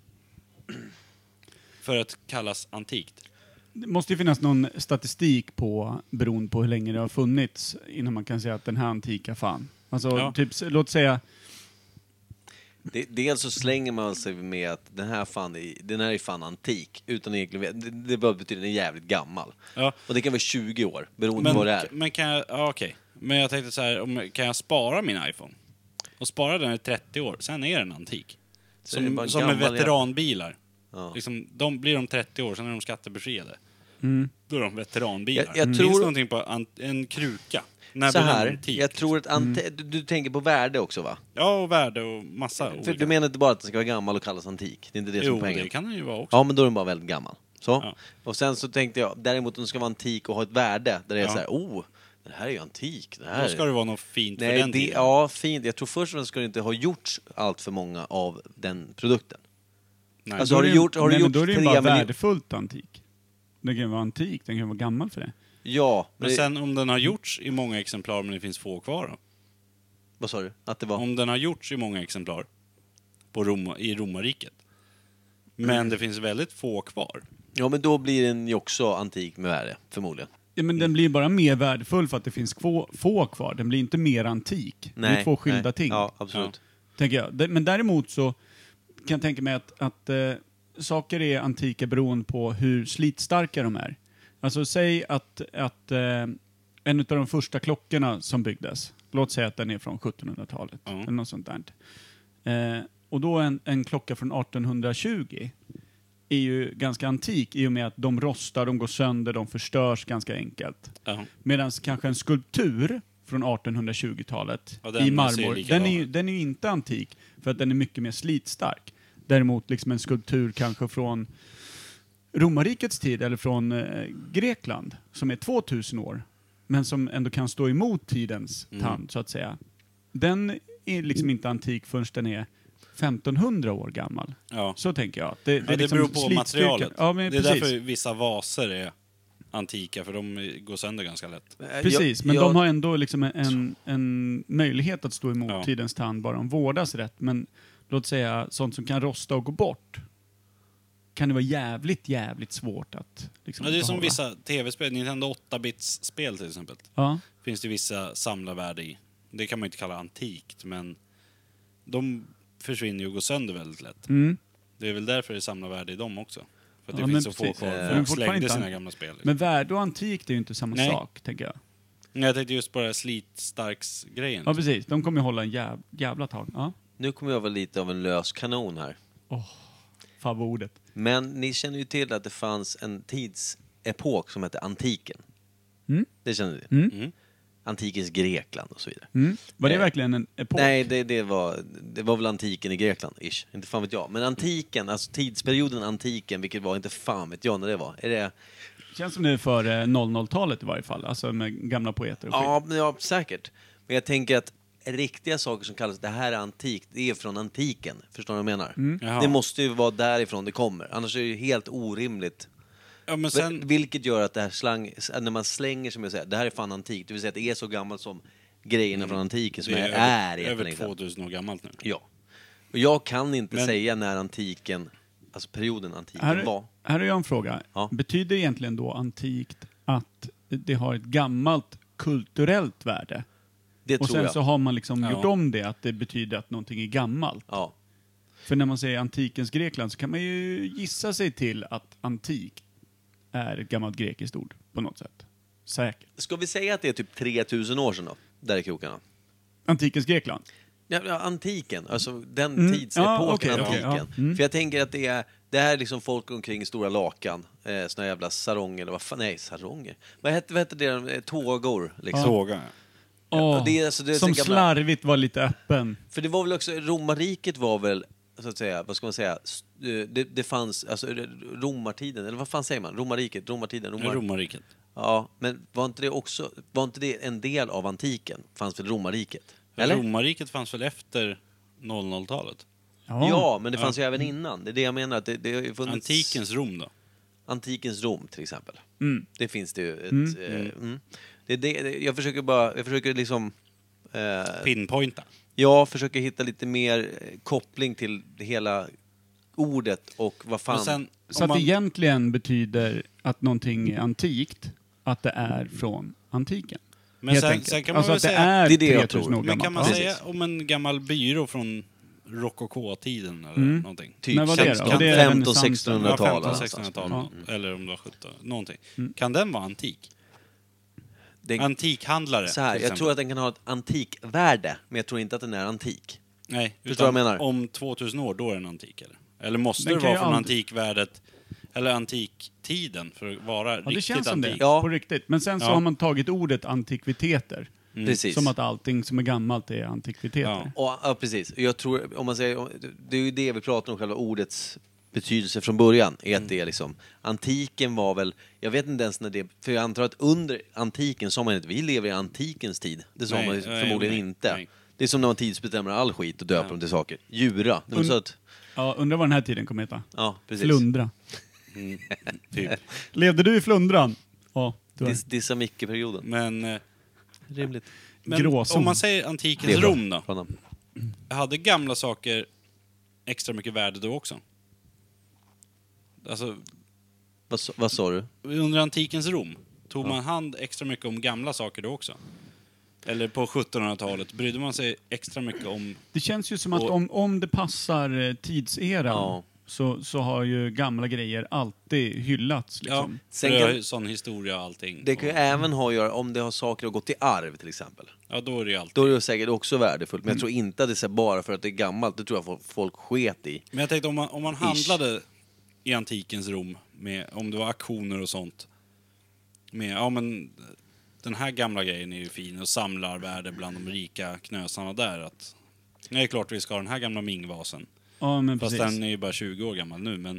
För att kallas antikt. Det måste ju finnas någon statistik på, beroende på hur länge det har funnits, innan man kan säga att den här antika fan. Alltså, Ja. typ, låt säga... Det, dels så slänger man sig med att den här, fan är, den här är fan antik. Utan egentligen vet- det, det bara betyder att den är jävligt gammal. Ja. Och det kan vara tjugo år, beroende Men, på vad det är. men kan jag... Ja, okej. Men jag tänkte så här, om, kan jag spara min iPhone? Och spara den i trettio år, sen är den antik. Så är det bara Som, en som med gammal veteranbilar. Ja. Liksom, de blir de trettio år, sen är de skattebefriade. Mm. Då är de veteranbilar. Jag- jag Finns tror- det någonting på an, en kruka? När Så blir den här, antik? jag tror att ante- du, du tänker på värde också va? Ja, och värde och massa För olika. du menar inte bara att den ska vara gammal och kallas antik? Det är inte det som Jo, är poängen. det kan den ju vara också. Ja, men då är den bara väldigt gammal. Så. Ja. Och sen så tänkte jag, däremot om den ska vara antik och ha ett värde, där det är Ja. så här, oh, det här är ju antik. Det här Då ska är... det vara något fint för Nej, den det, tiden. ja, fint. Jag tror först och främst ska det inte ha gjorts allt för många av den produkten. Nej. Alltså, Då har är du det- gjort- har du nej, men gjort då är det ju tre bara miljoner- värdefullt antik. Den kan ju vara antik, den kan vara gammal för det. Ja, Men det- sen om den har gjorts i många exemplar men det finns få kvar då? vad sa du? Att det var... Om den har gjorts i många exemplar på Rom, i romarriket. Men det finns väldigt få kvar. Ja, men då blir den ju också antik med värde, förmodligen. Ja, men den blir bara mer värdefull för att det finns få, få kvar. Den blir inte mer antik. det är två skilda nej. ting. Ja, absolut. Tänker jag. Det- Men däremot så kan jag tänka mig att, att eh, saker är antika beroende på hur slitstarka de är. Alltså säg att, att eh, en av de första klockorna som byggdes, låt säga att den är från sjuttonhundratalet, Ja. eller något sånt där. Eh, och då en, en klocka från artonhundratjugo är ju ganska antik i och med att de rostar, de går sönder, de förstörs ganska enkelt. Ja. Medan kanske en skulptur från artonhundratjugotalet Ja, den i ser marmor, likadan den är, ju, ut. den är ju inte antik för att den är mycket mer slitstark. Däremot liksom en skulptur kanske från romarrikets tid eller från eh, Grekland som är tvåtusen år men som ändå kan stå emot tidens Mm. tand så att säga. Den är liksom inte antik förrän den är femtonhundra år gammal. Ja. Så tänker jag. Det, Ja, det liksom beror på slitstyrkan. materialet. Ja, men det är precis. därför vissa vaser är antika, för de går sönder ganska lätt. Precis, Jag- men jag- de har ändå liksom en, en möjlighet att stå emot Ja. tidens tand bara de vårdas rätt. Men låt säga sånt som kan rosta och gå bort kan det vara jävligt, jävligt svårt att liksom Ja, det är som behålla. vissa tv-spel, Nintendo åtta-bits-spel till exempel. Ja. Finns det vissa samlarvärde i. Det kan man inte kalla antikt, men de försvinner ju och går sönder väldigt lätt. Mm. Det är väl därför det är samlarvärde i dem också. För att Ja, det men finns så få precis. kvar. Eh, Folk men fortfarande slängde inte sina an- gamla spel. Liksom. Men värde och antikt är ju inte samma Nej. sak, tänker jag. Men jag tänkte just på det här slitstarks-grejen. Ja, precis. De kommer ju hålla en jäv, jävla tag. Ja. Nu kommer jag vara lite av en lös kanon här. Favorordet. Men ni känner ju till att det fanns en tidsepok som hette antiken. Mm. Det känner ni? Mm. Mm. Antikens Grekland och så vidare. Mm. Var det Eh, verkligen en epok? Nej, det, det, var, det var väl antiken i Grekland, ish. Inte fan vet jag. Men antiken, alltså tidsperioden antiken, vilket var, inte fan vet jag när det var. Är det... Känns som det är före noll noll-talet i varje fall. Alltså med gamla poeter och skit. Ja, men ja, säkert. Men jag tänker att riktiga saker som kallas det här är antikt, det är från antiken. Förstår du vad jag menar? Mm. Jaha. Det måste ju vara därifrån det kommer. Annars är det ju helt orimligt. Ja, men sen... Vilket gör att det här slang, när man slänger som jag säger, det här är fan antikt. Det vill säga att det är så gammalt som grejerna från antiken som det är, är är över, över jättelänge sedan. tvåtusen år gammalt nu. Ja. Och jag kan inte Men- säga när antiken, alltså perioden antiken Här, var. här har jag en fråga. Ja. Betyder egentligen då antikt att det har ett gammalt kulturellt värde? Det Och tror sen jag. så har man liksom Ja. gjort om det, att det betyder att någonting är gammalt. Ja. För när man säger antikens Grekland så kan man ju gissa sig till att antik är ett gammalt grekiskt ord på något sätt. Säkert. Ska vi säga att det är typ tre tusen år sedan då? Där i krokarna. Antikens Grekland? Ja, ja, antiken, alltså den Mm. tidsepoken, Ja, okej, okej, antiken. ja. Mm. För jag tänker att det är, det här är liksom folk omkring i stora lakan, eh, såna jävla saronger, eller vad fan, nej, saronger. Vad hette, vad hette det, eh, tågor liksom. Såga. Ja, Åh, det är, alltså, det är som så gamla- slarvigt var lite öppen. För det var väl också, romarriket var väl, så att säga, vad ska man säga, s- eh, det, det fanns, alltså romartiden, eller vad fan säger man? Romarriket, romartiden, romar... Romarriket. Ja, men var inte det också, var inte det en del av antiken? Fanns väl romarriket? Eller? Romarriket fanns väl efter noll noll-talet? Ja, men det fanns Ja. ju även innan. Det är det jag menar. Att det, det har ju funnits... Antikens Rom då? Antikens Rom till exempel. Mm. Det finns det ju. Ett, Mm. eh, mm. Det, är det, det, jag försöker bara, jag försöker liksom... Eh, Pinpointa. jag försöker hitta lite mer eh, koppling till hela ordet och vad fan... Men sen, Så om att man, det egentligen betyder att någonting är antikt, att det är från antiken. men Helt sen, enkelt. sen kan man alltså väl att det säga... är, Det är det jag tre tusen tror. år Men gammalt. kan man Ja. säga om en gammal byrå från rokoko-tiden eller Mm. någonting? typ Men vad är det då? femton- Det är femton renässansen. sextonhundratal. Ja, femton någonstans. sextonhundratal Ja. eller om det var sjutton, någonting. Mm. Kan den vara antik? Den, Antikhandlare så här, till jag exempel. tror att den kan ha ett antikvärde, men jag tror inte att den är antik. Nej, Förstår utan vad jag menar? om tvåtusen år då är den antik eller? Eller måste Den det kan vara ju från aldrig- antikvärdet eller antiktiden för att vara Ja, det riktigt känns som antik? det. Ja. På riktigt. Men sen så Ja. har man tagit ordet antikviteter. Mm. Precis. Som att allting som är gammalt är antikviteter. Ja. Och, ja, precis. Jag tror, om man säger, om- det är ju det vi pratar om, själva ordets betydelse från början. Är att det är liksom, antiken var väl, jag vet inte ens när det, för jag antar att under antiken sa man inte, vi lever i antikens tid. Det sa Nej, man nej, förmodligen nej, inte. nej. Det är som när man tidsbestämmer all skit och döper Ja. dem till saker. Djura, det var Und- så att, Ja, undrar vad den här tiden kommer heta. ja precis. Flundra. Mm. Typ. Levde du i flundran? Ja, du är. Dis, dissa Micke-perioden. Men, eh, Rimligt. men Gråzon. om man säger Det antikens är bra. Rom då? Bra namn. Hade gamla saker extra mycket värde då också? Alltså, Vad, sa- vad sa du? under antikens Rom, tog man hand extra mycket om gamla saker då också? Eller på sjuttonhundratalet, brydde man sig extra mycket om... Det känns ju som att Och- om, om det passar eh, tidseran Ja. så, så har ju gamla grejer alltid hyllats. Ja, Liksom. Sen för det kan- är ju sån historia och allting. Det kan ju och, även ha att göra om det har saker att gå till arv till exempel. ja, då är det ju alltid. Då är det säkert också värdefullt. Men jag tror inte att det är så här bara för att det är gammalt. Det tror jag folk- folk sket i. Men jag tänkte om man, om man Ish. handlade i antikens Rom, med, om det var auktioner och sånt, med, ja men den här gamla grejen är ju fin och samlar värde bland de rika knösarna där. Att, det är klart vi ska ha den här gamla Ming-vasen. Ja, men Fast precis. den är ju bara tjugo år gammal nu, men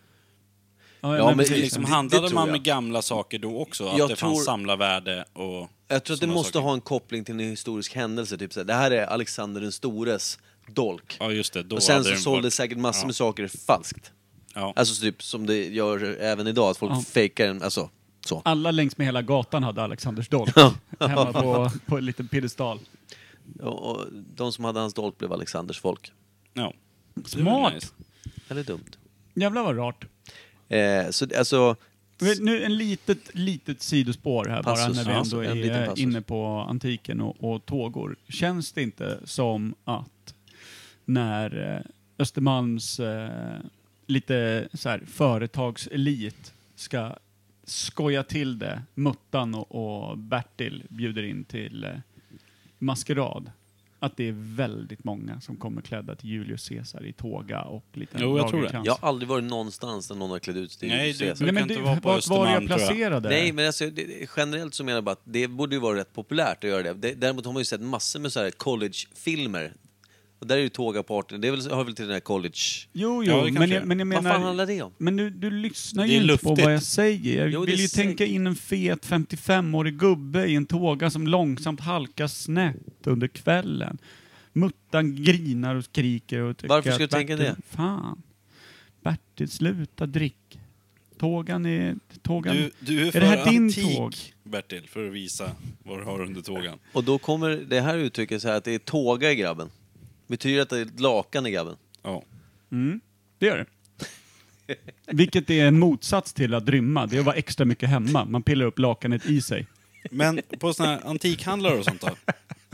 Ja, Ja, men men precis. liksom det- handlade det tror man jag. med gamla saker då också? Att Jag det tror- fanns samlarvärde och... Jag tror att det såna måste saker. ha en koppling till en historisk händelse. Typ så här, det här är Alexander den stores dolk. Ja, just det. Då Och sen hade så den såldes varit- säkert massor Ja. med saker falskt. Ja. Alltså typ som det gör även idag, att folk Ja. fejkar en, alltså så. Alla längs med hela gatan hade Alexanders dolk. Hemma på, på en liten piedestal. Och, och de som hade hans dolk blev Alexanders folk. ja. Det var Smart! nice. Eller dumt. Jävlar vad rart. Eh, så alltså, Men nu en litet, litet sidospår här bara Passus, när vi ja, ändå en liten är passus. inne på antiken och, och tågor. Känns det inte som att när eh, Östermalms eh, lite så här, företagselit ska skoja till det, Muttan och, och Bertil bjuder in till eh, maskerad, att det är väldigt många som kommer klädda till Julius Caesar i tåga och lite Jo, jag tror det. lagerkrans. jag har aldrig varit någonstans där någon har klätt ut sig till Nej, Julius du- Caesar. Nej, men kan det, inte vara på vart var jag Östermalm, tror jag. placerade? Nej, men alltså, det, det- generellt så menar jag bara att det borde ju vara rätt populärt att göra det. det däremot har man ju sett massor med så här college-filmer. Och där är ju tågaparten, det är väl, hör väl till den här college... Jo, Ja, jo, det kanske men, är. jag, men jag Vad menar... fan handlar det om? Men nu, du lyssnar Det ju är inte på luftigt. vad jag säger. Jag Jo, det vill ju är tänka in en fet femtiofem-årig gubbe i en tåga som långsamt halkar snett under kvällen. Muttan grinar och skriker och tycker Varför ska att du tänka Bertil- det? Fan. Bertil, sluta drick. Tågan är... Tågan... Du, du är är för det här din antik, tåg? Bertil, för att visa vad du har under tågan. Och då kommer det här uttrycket så här att det är tåga i grabben. Betyder att det är ett lakan i grabben? Ja. Mm, det gör det. Vilket är en motsats till att rymma. Det är att vara extra mycket hemma. Man pillar upp lakanet i sig. Men på såna här antikhandlare och sånt då?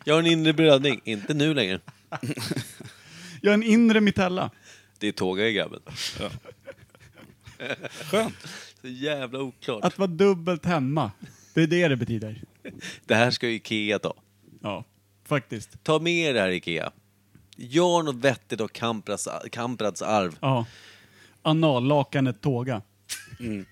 Jag har en inre brödning, inte nu längre. Jag är en inre mitella. Det är tåga i grabben. Ja. Skönt. Så jävla oklart. Att vara dubbelt hemma. Det är det det betyder. Det här ska ju Ikea ta. Ja, faktiskt. Ta med er det här Ikea. Gör något vettigt av Kamprads, Kamprads arv. Ja. Anallakanet tåga. Mm.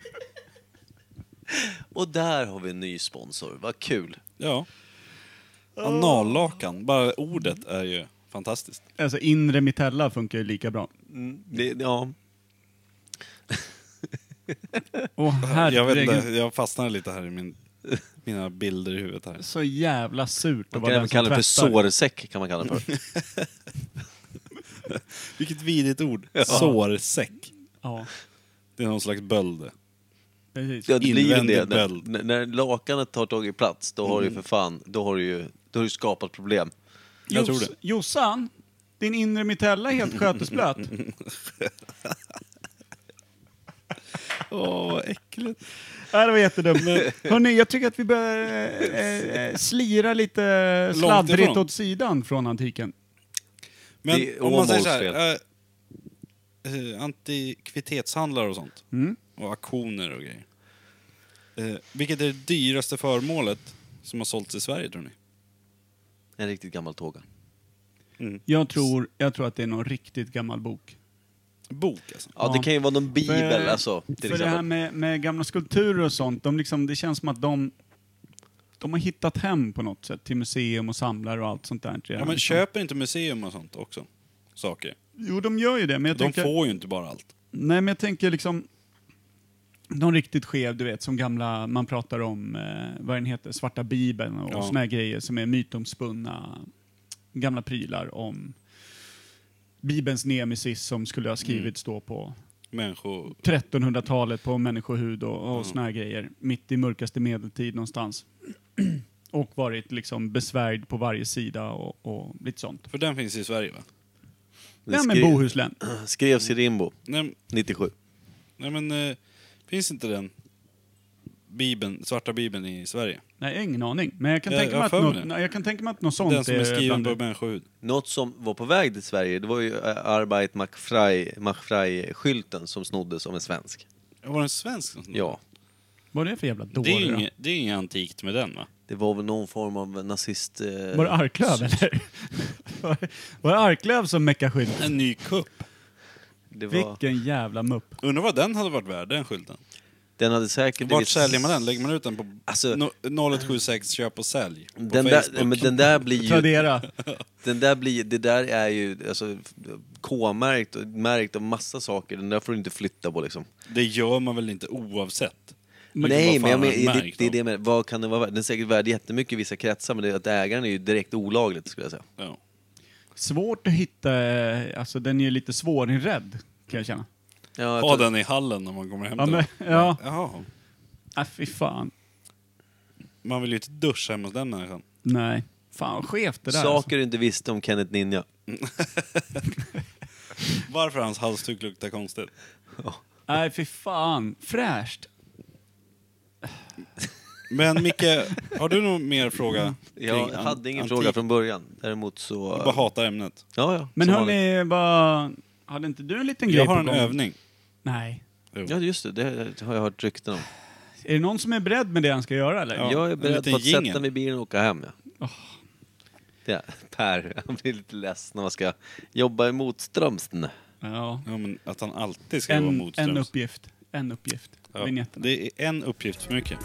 Och där har vi en ny sponsor. Vad kul. Ja. Anallakan, bara ordet är ju fantastiskt. Alltså inre mitella funkar ju lika bra. Mm. Det, ja. Åh Jag vet herregud. inte, jag fastnade lite här i min, mina bilder i huvudet här. Så jävla surt att Man vara kan den även som kalla det för tvättar. sårsäck kan man kalla det för. Vilket vidrigt ord. Ja. Sårsäck. Ja, Det är någon slags böld. precis. Ja, det blir ju det. Invändig När, böld. när, när lakanet har tagit plats, då har du ju för fan, då har du ju, då har du skapat problem. Jag tror Jos- det. Jossan, din inre mitella är helt skötesblöt. Åh, vad äckligt. Nej, det var jättedumt. Hörrni, jag tycker att vi börjar eh, eh, slira lite Långt sladdrigt ifrån. åt sidan från antiken. Men Det är om man säger så Åmåls här, äh, äh, antikvitetshandlare och sånt. Mm. Och auktioner och grejer. Eh, vilket är det dyraste föremålet som har sålts i Sverige, tror ni? En riktigt gammal tåga. Jag tror, jag tror att det är någon riktigt gammal bok. Bok alltså. Ja, det Ja. kan ju vara någon bibel, För- alltså. Till För det exempel. här med, med gamla skulpturer och sånt, de liksom, det känns som att de, de har hittat hem på något sätt till museum och samlare och allt sånt där. Ja, men köper inte museum och sånt också? Saker. Jo, de gör ju det, men jag De tänker... får ju inte bara allt. Nej, men jag tänker liksom... De riktigt skev, du vet, som gamla, man pratar om, eh, vad den heter, Svarta Bibeln och Ja. såna här grejer som är mytomspunna gamla prylar om Bibelns nemesis som skulle ha skrivits då på Människor... trettonhundratalet på människohud och, och Mm. såna här grejer. Mitt i mörkaste medeltid någonstans. Och varit liksom besvärjd på varje sida och, och lite sånt. För den finns i Sverige, va? Det Ja, men skrev- Bohuslän. Skrevs i Rimbo, Nej, nittiosju. nej men... Eh, finns inte den Bibeln, svarta Bibeln i Sverige? Nej, jag har ingen aning. Men jag kan, Jag- tänka, jag mig har att för något, mig det. nej, jag kan tänka mig att något sånt Den som är skriven bland på det. människohud. Något som var på väg till Sverige, det var ju äh, Arbeit Machfrei-skylten som snoddes som en svensk. Var det en svensk som snodde? Ja. Vad är det för jävla Det dåre är ju då? inget, det är inget antikt med den, va? Det var väl någon form av nazist... Eh, Var det Arklöv eller? var, var det Arklöv som meckade skylt? En ny kupp. det var, Vilken jävla mupp. Undrar vad den hade varit värd, den skylten. den hade säkert... Vart blivit- säljer man den? Lägger man ut den på Alltså- no, noll ett sju sex köp och sälj? På Den där, Facebook? men den där blir ju... Tradera. Den där blir, det där är ju alltså, K-märkt och märkt av massa saker. Den där får du inte flytta på liksom. Det gör man väl inte oavsett? Men Nej, vad men jag fan men, är den det, märkt det är då? det med, vad kan den vara värd? Den är säkert värd jättemycket i vissa kretsar, men det, att ägaren är ju direkt olagligt skulle jag säga. Ja. Svårt att hitta, eh, alltså den är ju lite svårinredd kan jag känna. Ja, jag Ha tror- den i hallen när man kommer hem Ja, till men, den. ja. Jaha. Äh, fy fan. Man vill ju inte duscha hemma hos den människan. Nej. Fan vad skevt det där. Saker Alltså. du inte visste om Kenneth Ninja. Varför hans halsduk luktar konstigt? Nej, fy fan. Fräscht. Men Micke, har du någon mer fråga? Jag kring an- hade ingen antik? fråga från början. Däremot så... Du bara hatar ämnet. Ja, ja. Men som hörni, vad... Hade inte du en liten grej Jag på har en gång? övning. Nej. Jo. vanligt. Ja, just det. Det har jag hört rykten om. Är det någon som är beredd med det han ska göra eller? Ja. jag är en beredd liten på att jingle. sätta mig i bilen och åka hem. Ja. Åh. Det, Per, han blir lite ledsen när man ska jobba emot strömsen. Ja. Ja, men att han alltid ska vara En, motströms. en uppgift. En uppgift. Ja, Vignetten. det är en uppgift för mycket.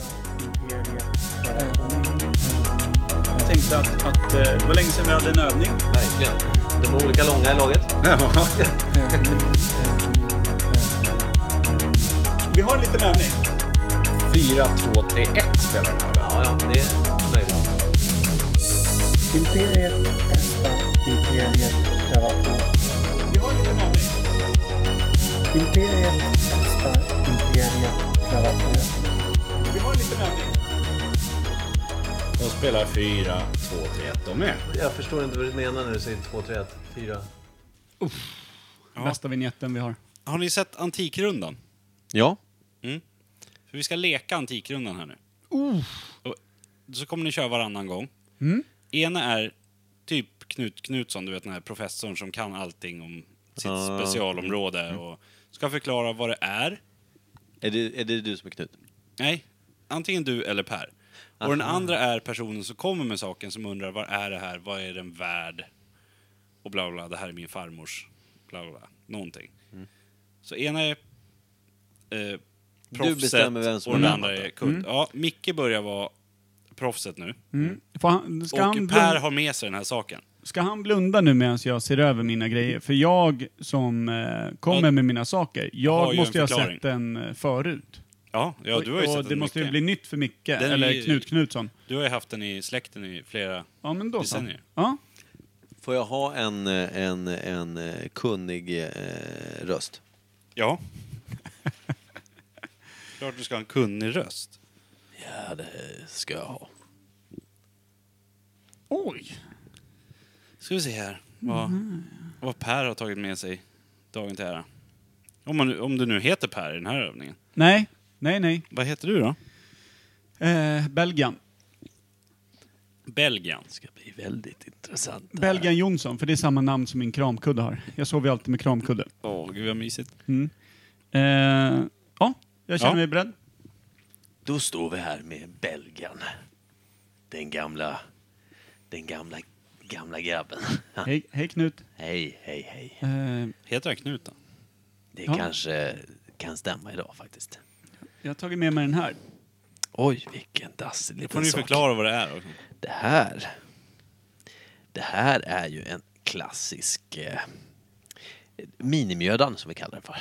Jag tänkte att, att eh, det var länge sedan vi hade en övning. Verkligen. De är olika långa i laget. Vi har en liten övning. fyra, två, tre, ett spelar den här. Ja, ja, det är möjligt. Imperiet testa, Imperiet pröva på. Vi har en liten övning. Imperiet testa, Imperiet pröva på. Vi har en liten övning. De spelar fyra, två, tre, ett de med. Jag förstår inte vad du menar när du säger två, tre, ett, fyra. Ja. Bästa vignetten vi har. Har ni sett Antikrundan? Ja. För vi ska leka Antikrundan här nu. Och så kommer ni köra varannan gång. Mm. ena är typ Knut Knutsson, du vet den här professorn som kan allting om sitt Ah. specialområde och ska förklara vad det är. Är det, är det du som är Knut? Nej, antingen du eller Per. Och den andra är personen som kommer med saken som undrar vad är det här, vad är den värd? Och bla bla, det här är min farmors, bla bla, bla. Någonting. Mm. Så ena är eh, proffset bestämmer vem som och är den vem, andra då. är kund. Ja, Micke börjar vara proffset nu. Mm. Får han, ska, Och han Per blunda, har med sig den här saken. ska han blunda nu medan jag ser över mina grejer? För jag som eh, kommer Ja, med mina saker, har jag ju måste ju en ha förklaring. sett den eh, förut. Ja, ja du har ju och sett det den måste ju mycket. bli nytt för Micke, Den eller är- Knut Knutsson. Du har ju haft den i släkten i flera... Ja, men då så. Decennier. Ja. Får jag ha en, en, en, en kunnig eh, röst? Ja. Klart du ska ha en kunnig röst. Ja, det ska jag ha. Oj! Ska vi se här vad, vad Per har tagit med sig dagen till ära. Om, man, om du nu heter Per i den här övningen. Nej, nej, nej. Vad heter du då? Eh, Belgian. Belgien. Det ska bli väldigt intressant. Belgian Jonsson, för det är samma namn som min kramkudde har. Jag sover ju alltid med kramkudde. Åh, gud vad mysigt. Mm. Eh, ja, jag känner Ja. mig beredd. Då står vi här med Belgien. Den gamla, den gamla, gamla grabben. Hej, hej Knut. Hej, hej, hej. Eh, Heter han Knut då? Det Ja. kanske kan stämma idag faktiskt. jag har tagit med mig den här. Oj, vilken dassig Då liten får ni sak. förklara vad det är också. Det här, det här är ju en klassisk eh, minimjödan som vi kallar det för.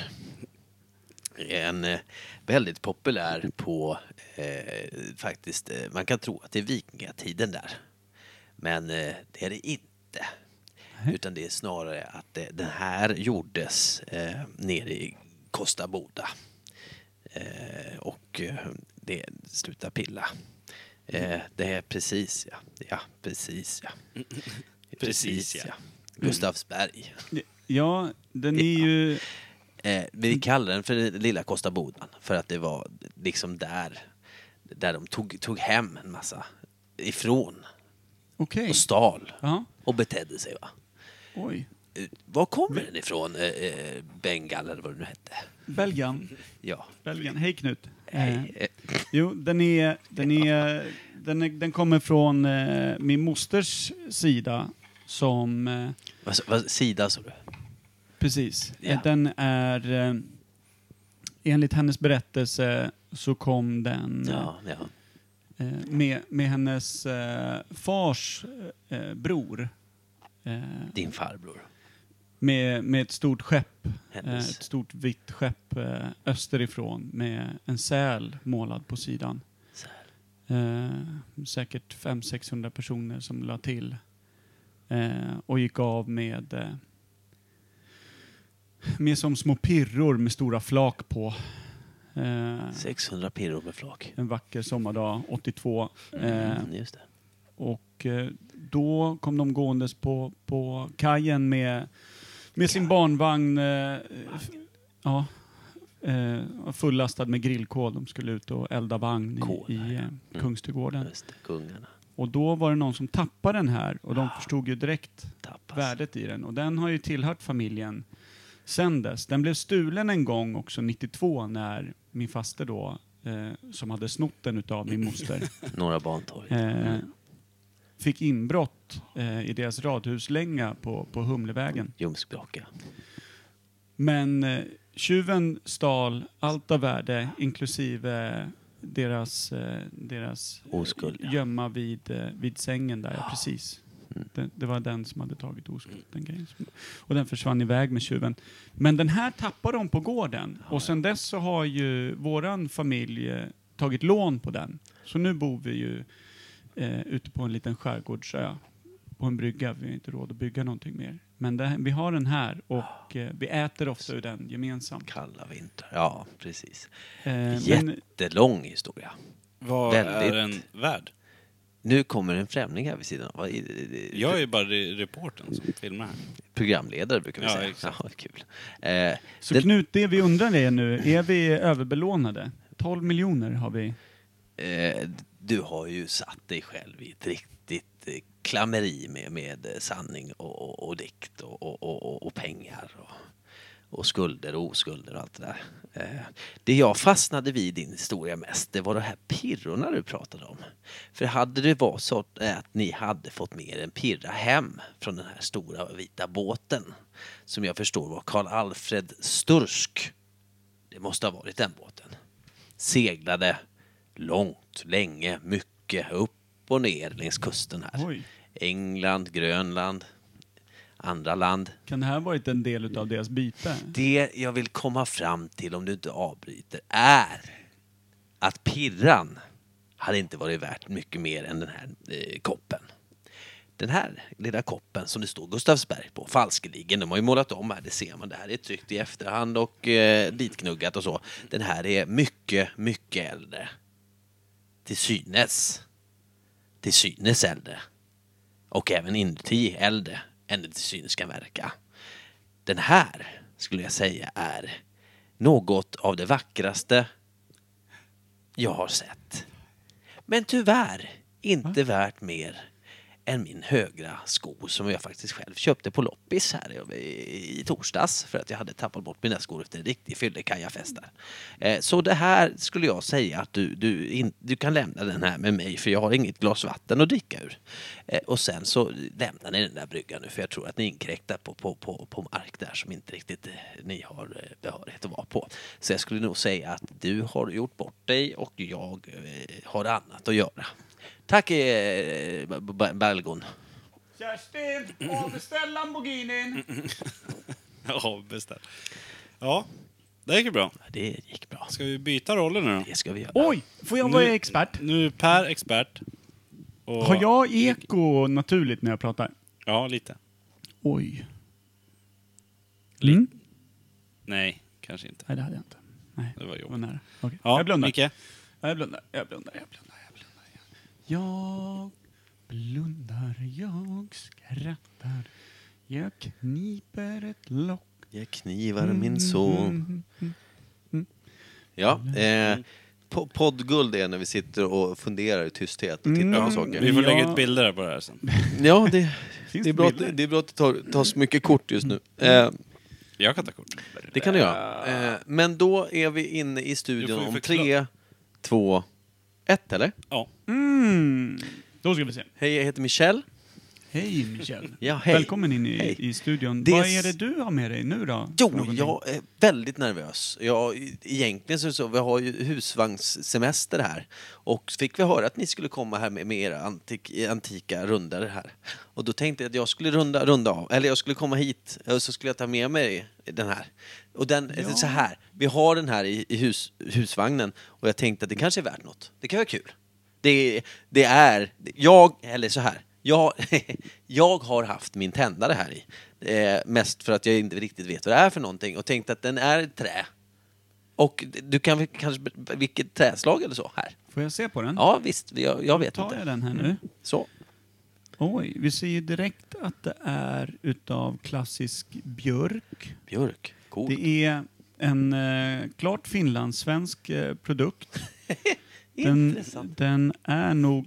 En eh, väldigt populär på eh, faktiskt, eh, man kan tro att det är vikingatiden där. Men eh, det är det inte. Utan det är snarare att eh, den här gjordes eh, nere i Costa Boda. Eh, och eh, det slutar pilla. Eh, det är precis ja. Ja, precis ja. Precis, ja. Gustavsberg. Ja, den är ju... Eh, vi kallar den för lilla Costa Bodan för att det var liksom där där de tog, tog hem en massa ifrån Okej. och stal Ja, och betedde sig va. oj. Eh, var kommer den ifrån? Eh, eh, Bengal eller vad det nu hette. Belgian. Ja. Belgian. Hej Knut. Eh, Hej. Eh, jo, den är... Den, är, den, är, den kommer från eh, min mosters sida som... Eh, vad, vad sida sa du? Precis. Ja. Eh, Den är... Eh, enligt hennes berättelse så kom den... Ja, ja. Eh, med, med hennes eh, fars eh, bror. Eh, Din farbror. med, med ett stort skepp. Eh, Hennes. ett stort vitt skepp eh, österifrån med en säl målad på sidan. Säl. Eh, säkert fem till sexhundra personer som la till. Eh, och gick av med eh, med som små pirror med stora flak på. Eh, sexhundra pirror med flak. en vacker sommardag åttiotvå. Eh, Mm, just det. Och eh, då kom de gåendes på, på kajen med, med sin barnvagn. Eh, f- ja, eh, fullastad med grillkol. De skulle ut och elda vagn Kol, i, i eh, Kungsträdgården. Just det. Kungarna. Och då var det någon som tappade den här. Och de förstod ju direkt Tappas. värdet i den. Och den har ju tillhört familjen sen dess. Den blev stulen en gång också nittiotvå när min faster då, eh, som hade snott den utav min moster, Norra Bantorget. eh, fick inbrott eh, i deras radhuslänga på, på Humlevägen. Ljumskbråcka. Men eh, tjuven stal allt av värde, inklusive deras, eh, deras eh, Oskuld, ja. gömma vid, eh, vid sängen där, ja, precis. Det, det var den som hade tagit oskuld, den grejen. som- Och den försvann iväg med tjuven. Men den här tappade de på gården. Och sen dess så har ju våran familj eh, tagit lån på den. Så nu bor vi ju eh, ute på en liten skärgårdsö. På en brygga. Vi har inte råd att bygga någonting mer. Men det, vi har den här och eh, vi äter ofta ur den gemensamt. Kalla vintrar. Ja, precis. Eh, men, Jättelång historia. Vad Väldigt. är den värd? Nu kommer en främling här vid sidan. Vad är det? Jag är ju bara re- reportern som filmar här. Programledare brukar vi Ja, säga. exakt. Ja, kul. Eh, så den- Knut, det vi undrar är nu, är vi överbelånade? tolv miljoner har vi. eh, du har ju satt dig själv i ett riktigt eh, klammeri med, med sanning och, och, och dikt och, och, och, och pengar och, och skulder och oskulder och allt det där. Eh, det jag fastnade vid i din historia mest, det var de här pirrorna du pratade om. För hade det varit så att ni hade fått med en pirra hem från den här stora vita båten, som jag förstår var Karl Alfred Stursk, det måste ha varit den båten, seglade långt, länge, mycket upp och ner längs kusten här. Oj. England, Grönland, andra land. Kan det här varit en del av deras byte? Det jag vill komma fram till, om du inte avbryter, är att pirran hade inte varit värt mycket mer än den här eh, koppen. Den här lilla koppen som det står Gustavsberg på, falskeligen, de har ju målat om här, det ser man. Det här är tryckt i efterhand och eh, litknuggat och så. Den här är mycket, mycket äldre. Till synes. Till synes äldre. Och även inuti äldre än det till synes kan verka. Den här, skulle jag säga, är något av det vackraste jag har sett. Men tyvärr inte värt mer än min högra sko som jag faktiskt själv köpte på loppis här i, i torsdags för att jag hade tappat bort mina skor efter en riktig fyllekajafest där. Eh, så det här skulle jag säga att du, du, in, du kan lämna den här med mig, för jag har inget glas vatten att dricka ur. Eh, och sen så lämnar ni den där bryggan nu, för jag tror att ni inkräktar på, på, på, på mark där som inte riktigt eh, ni har eh, behörighet att vara på. Så jag skulle nog säga att du har gjort bort dig och jag eh, har annat att göra. Tack eh, Balgon. Kerstin, avbeställ Lamborghinin. Ja, beställ. Ja, det gick bra. Det gick bra. Ska vi byta roller nu då? Det ska vi göra. Oj, får jag vara expert? Nu är Per expert. Och... Har jag eko naturligt när jag pratar? Ja, lite. Oj. Mm? Nej, kanske inte. Nej, det hade jag inte. Nej, Det var det var jobbigt. nära. Okay. Ja, jag blundar. Micke. Jag blundar, jag blundar, jag blundar, jag blundar. Jag blundar, jag skrattar. Jag kniper ett lock. Jag knivar min son. Ja, eh, po- poddguld är när vi sitter och funderar i tysthet och tittar på saker. Vi får lägga Ja. ut bilder på det här sen. Ja, det, Finns det, är det bra, bilder? att- det är bra att det tar, tas mycket kort just nu. Eh, Jag kan ta kort. det kan du göra. Eh, men då är vi inne i Du studion får ju om förkla- tre, två, ett, eller? Ja. Mm. Då ska vi se. Hej, jag heter Michel. Hej Michel. Ja, hej. Välkommen in i, Hej. i studion. Det är Vad s- är det du har med dig nu då? Jo, Någonting? jag är väldigt nervös. Jag, egentligen så är det så, vi har ju husvagnssemester här. Och så fick vi höra att ni skulle komma här med, med era antik, antika rundare här. Och då tänkte jag att jag skulle runda, runda av. Eller jag skulle komma hit och så skulle jag ta med mig den här. Och den, Ja. så här, vi har den här i, i hus, husvagnen. Och jag tänkte att det kanske är värt något. Det kan vara kul. Det, det är, jag, eller så här. Jag, jag har haft min tändare här i. Eh, mest för att jag inte riktigt vet vad det är för någonting. Och tänkte att den är trä. Och du kan väl kanske... Vilket träslag eller så här? Får jag se på den? Ja, visst. Jag, jag vet Tar inte. jag den här nu? Så. Oj, vi ser ju direkt att det är utav klassisk björk. Björk. Cool. Det är en eh, klart finlandssvensk eh, produkt. Den, Intressant. den är nog...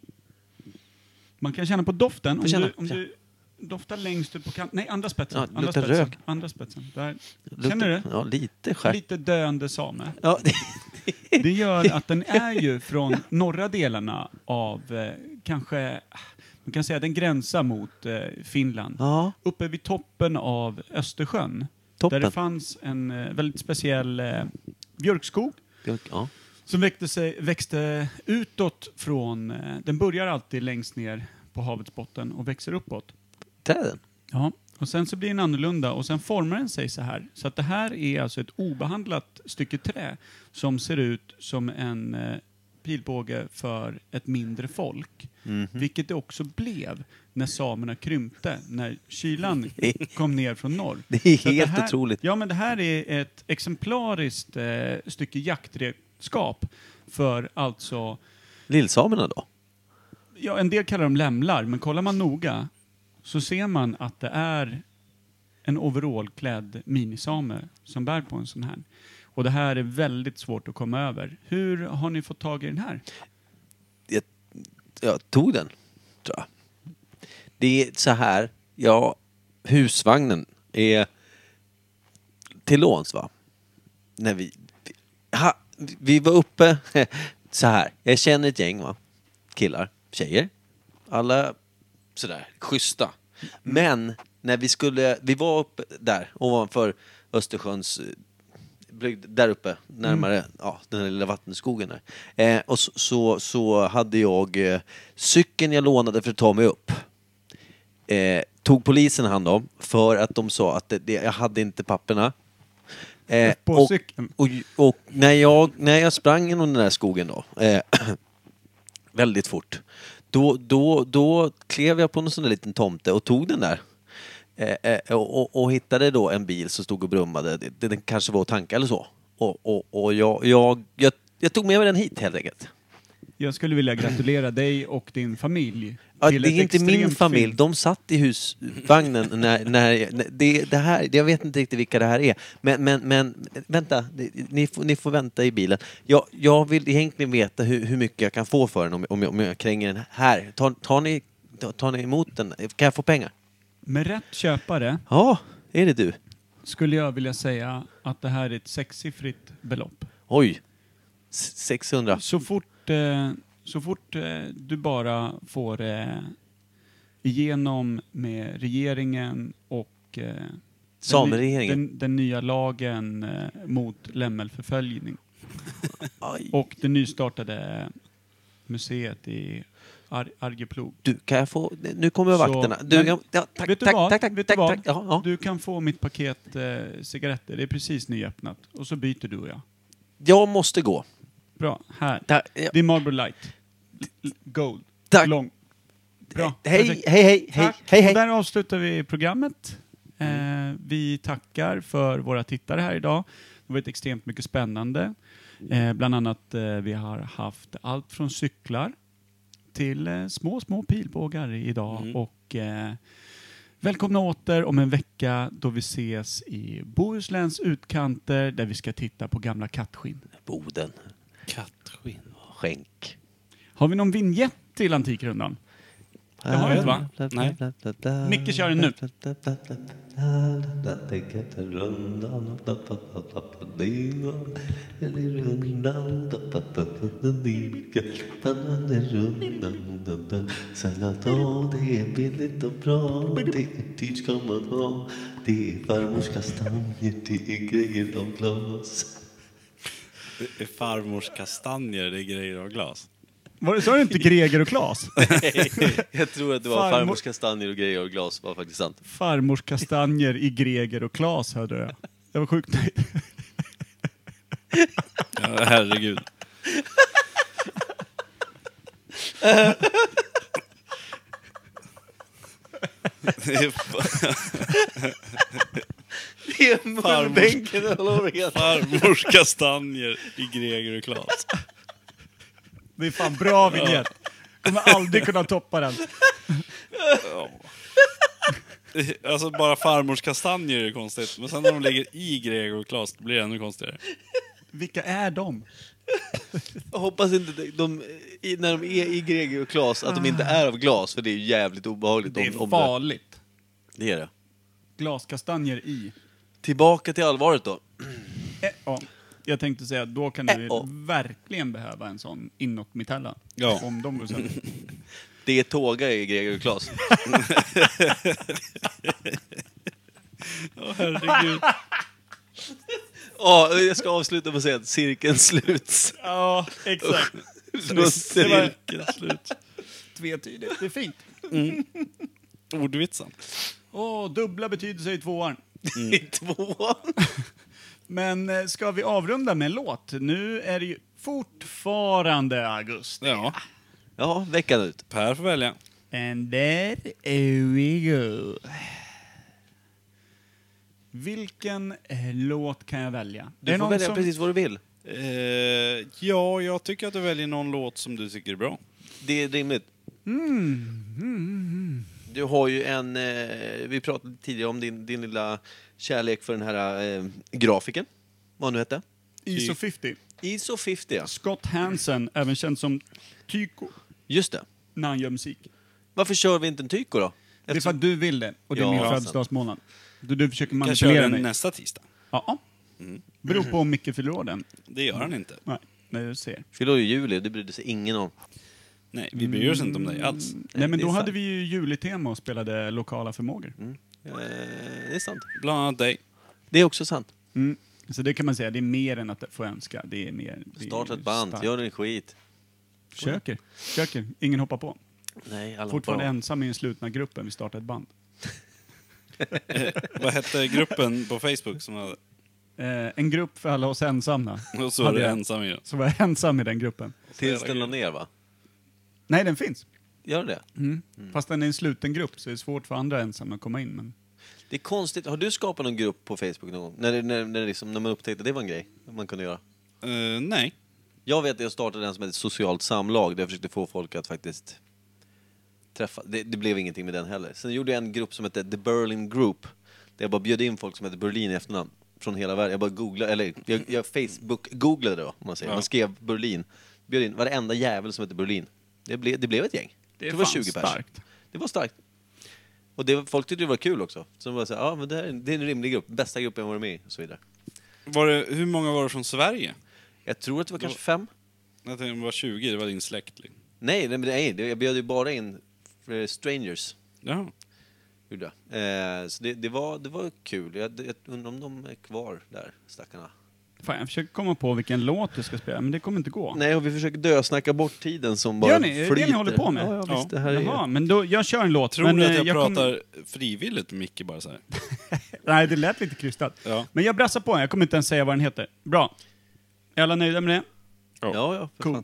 Man kan känna på doften. Om känna, du, om känna. du doftar längst ut på kanten. Nej, andra spetsen. Ja, andra luktar spetsen. rök. Andra spetsen. Där. Luktar- Känner du? Ja, lite skär. Lite döende same. Ja, det, Det gör att den är ju från norra delarna av eh, kanske, man kan säga den gränsar mot eh, Finland. ja, Uppe vid toppen av Östersjön. toppen. Där det fanns en eh, väldigt speciell eh, björkskog Björk, ja. som växte, sig, växte utåt från, eh, den börjar alltid längst ner på havets botten och växer uppåt. Träden. Ja, och sen så blir den annorlunda och sen formar den sig så här. Så att det här är alltså ett obehandlat stycke trä som ser ut som en eh, pilbåge för ett mindre folk. Mhm. Vilket det också blev när samerna krympte, när kylan kom ner från norr. Det är Så att helt här, otroligt. Ja, men det här är ett exemplariskt eh, stycke jaktredskap för alltså, Lillsamerna då? ja, en del kallar dem lämlar, men kollar man noga så ser man att det är en overallklädd minisame som bär på en sån här. Och det här är väldigt svårt att komma över. Hur har ni fått tag i den här? Jag tog den, tror jag. Det är så här, ja, husvagnen är till låns, va? När vi, ha, vi var uppe, så här, jag känner ett gäng, va? Killar, tjejer, alla sådär, schyssta. Men när vi skulle, vi var uppe där, ovanför Östersjöns, där uppe, närmare mm. ja, den här lilla vattenskogen där. Eh, och så, så, så hade jag eh, cykeln jag lånade för att ta mig upp. Eh, tog polisen hand om för att de sa att det, det, jag hade inte papperna. Eh, på och, cykeln? Och, och, och när, jag, när jag sprang genom den där skogen då, eh, väldigt fort, då, då, då klev jag på någon sån där liten tomte och tog den där. Eh, eh, och, och, och hittade då en bil som stod och brummade. Det, den kanske var att tanka eller så. Och, och, och jag, jag, jag, jag tog med mig den hit helt enkelt. Jag skulle vilja gratulera dig och din familj. Ja, till det ett är inte min extremt familj. film. De satt i husvagnen när, när, när det, det här, jag vet inte riktigt vilka det här är. Men, men, men vänta, ni får, ni får vänta i bilen. Jag, jag vill egentligen veta hur, hur mycket jag kan få för den om, om, jag, om jag kränger den här. Tar, tar, ni, tar ni emot den? Kan jag få pengar? Med rätt köpare Ja, är det du? skulle jag vilja säga att det här är ett sexsiffrigt belopp. Oj, sexhundra. Så fort, eh, så fort eh, du bara får eh, igenom med regeringen och eh, Sameregeringen. Den, den, den nya lagen eh, mot lämmelförföljning. Aj. Och det nystartade museet i Ar- Arjeplog. Du, kan jag få... Nu kommer vakterna. Du, men, ja, ja, tack, vet du tack, vad? tack, tack, vet tack, du vad? tack. Ja, ja. Du kan få mitt paket eh, cigaretter. Det är precis nyöppnat. Och så byter du och jag. Jag måste gå. Bra. Här. Tack, ja. Det är Marlboro Light. L- Gold. Tack. Lång. Bra. Hej, Perfekt. hej, hej, hej, Tack. hej, Och hej. där avslutar vi programmet. Eh, vi tackar för våra tittare här idag. Det har varit extremt mycket spännande. Eh, bland annat eh, vi har haft allt från cyklar till eh, små, små pilbågar idag. Mm. Och eh, välkomna åter om en vecka då vi ses i Bohusläns utkanter där vi ska titta på gamla kattskinn. Boden. Kattskinn. Skänk. Har vi någon vignett till Antikrundan? Det har vi inte, va? Nej. Micke kör den nu. Sen att ja, det är billigt och bra, det är dyrt ska man ha. Det är farmors kastanjer, det är grejer av glas. Det är farmors kastanjer, det är grejer av glas. Var det, så är det inte Greger och Klas? Jag tror att det var Farmor- farmors kastanjer och grejer av glas, var faktiskt sant. Farmors kastanjer i Greger och Klas, hörde jag. Jag var sjukt nöjd. Ja, herregud. Det är Det är mullbänken all over again. farmors kastanjer i Greger och Klas. Det är fan bra vignett. Kommer aldrig kunna toppa den. Alltså bara farmors kastanjer är konstigt. Men sen när de lägger i Greger och Klas blir det ännu konstigare. Vilka är de? Jag hoppas inte de, de, i- när de är i Greger och Klas att de inte är av glas, för det är ju jävligt obehagligt. Det är om, om farligt. Det, det är det. Glaskastanjer i. Tillbaka till allvaret då. Eh, ja. Jag tänkte säga, då kan du Eh, oh. verkligen behöva en sån inåt mitella. Ja. Om de går sönder. Det är tåga i Greger och Klas. Åh herregud. Ja, jag ska avsluta med att säga att cirkeln sluts. Ja, exakt. Då Det var säger- Slut. tvetydigt. Det är fint. Ordvitsen. Åh, dubbla betydelser i tvåan. I tvåan. Men eh, ska vi avrunda med en låt? Nu är det ju fortfarande augusti. Ja, Ja, veckan ut. Per får välja. And there we go. Vilken eh, låt kan jag välja? Du Är det får någon välja som- precis vad du vill. Eh, ja, jag tycker att du väljer någon låt som du tycker är bra. Det är rimligt. Du har ju en... Eh, vi pratade tidigare om din, din lilla kärlek för den här eh, grafiken. Vad han nu hette. I S O femtio. I S O femtio, ja. Scott Hansen, även känd som Tycho, Just det. när han gör musik. Varför kör vi inte en Tycho då? Det är för att du vill det. Och det är Ja, min sant. födelsedagsmånad. Du, du försöker Kan jag köra manipulera den mig. nästa tisdag? Ja. Beror på om Micke fyller år den. Det gör han inte. Nej, nej, du ser. Fyller i juli, det brydde sig ingen om. Nej, vi bryr oss inte om dig alls. Nej, men det är då hade sant. vi ju julitema och spelade lokala förmågor. Eh, det är sant. Bland annat dig. Det är också sant. Mm. Så det kan man säga, det är mer än att få önska. Det är mer... Det är Starta ett band, starkt. gör en skit. Försöker. Försöker. Ingen hoppar på. Nej, alla Fortfarande hoppar av. ensam i den slutna gruppen. Vi startar ett band. Vad hette gruppen på Facebook som hade... Eh, en grupp för alla oss ensamma. Och så är Hade du jag. ensam i den. Så var jag ensam i den gruppen. Tills den la ner, va? Nej, den finns. Gör det? Mm. Fast den är en sluten grupp så det är svårt för andra ensamma att komma in. Men... Det är konstigt. Har du skapat någon grupp på Facebook någon gång? När, det- när, när, liksom, när man upptäckte att det var en grej man kunde göra? Uh, nej. Jag vet att jag startade den som ett socialt samlag där jag försökte få folk att faktiskt träffa. Det, det blev ingenting med den heller. Sen gjorde jag en grupp som hette The Berlin Group. Där jag bara bjöd in folk som hette Berlin i efternamn. Från hela världen. Jag bara googlade, eller jag, jag Facebook-googlade då, om man säger. Ja. Man skrev Berlin. Bjöd in varenda jävel som hette Berlin. Det, ble, det blev ett gäng. Det är det var fan tjugo pers. starkt. Det var starkt. Och det, folk tyckte det var kul också. Så de var så här, ja men det, här, är- det är en rimlig grupp. Bästa gruppen jag varit med i, och så vidare. Var det, hur många var det från Sverige? Jag tror att det var kanske fem. Jag tänkte det var tjugo, det var din släkt. liksom. Nej, nej, men nej, det- jag bjöd ju bara in eh, strangers. Jaha. Gjorde jag. Eh, så det, det, var, det var kul. Jag, jag undrar om de är kvar där, stackarna. Fan, jag försöker komma på vilken låt du ska spela, men det kommer inte gå. Nej, och vi försöker dösnacka bort tiden som bara Gör ni? Är det det flyter. ni håller på med? Ja, ja, visst, Ja. det här är... Jaha, men då, jag kör en låt. Tror men, du att eh, jag, kom- pratar frivilligt med Micke bara så här? Nej, det lät lite krystat. Ja. Men jag brassar på, jag kommer inte ens säga vad den heter. Bra. Är alla nöjda med det? Ja, ja, för Cool. fan.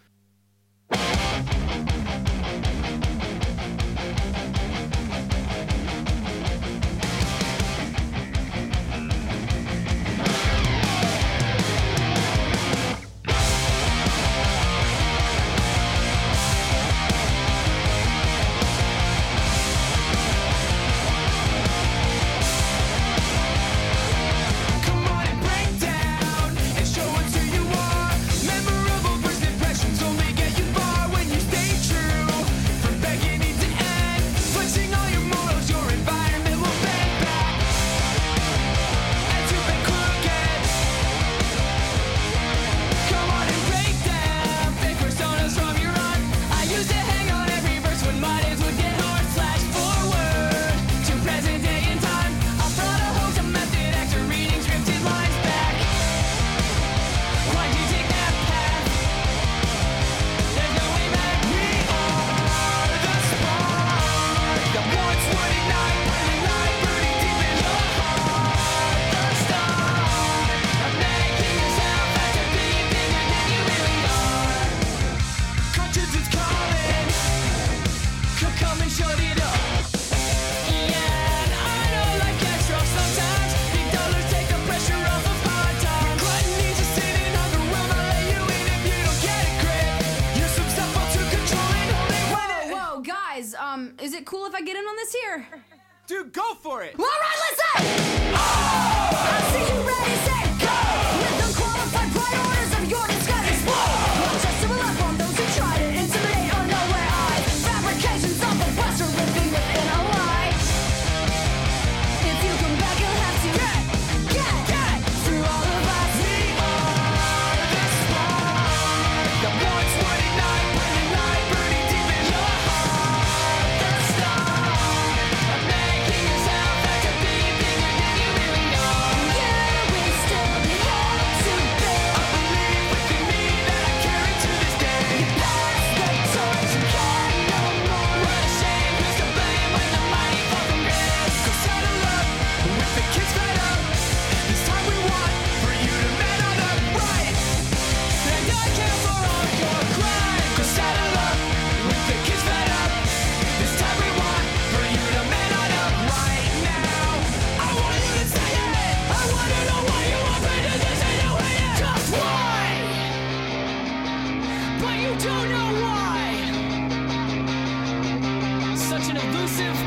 Whoa, guys, um, is it cool if I get in on this here? Dude, go for it! All right, listen! I see you ready, set, go! With unqualified priorities of your disguise explode! Watch us civil up on those who try to intimidate unaware eyes. Fabrications of the pressure living within a lie. If you come back, you'll have to get, get, get through all of us. We are the spark that once would ignite, burning light, burning deep in your heart. The start of making yourself out to be bigger than you really are. You will still be held to bear. I believe within me that I carry to this day. You pass the torch, you can no more. What a shame, who's to blame when the mighty fall from grace? Go settle up with the kids fed up. This time we want for you to man on up right. And I care for all your crime. Go settle up with the kids fed up. This time we want for you to man on up right now. I want you to say it. I want to know why you want me to this and you hate it. Just why? But you don't know why. Such an elusive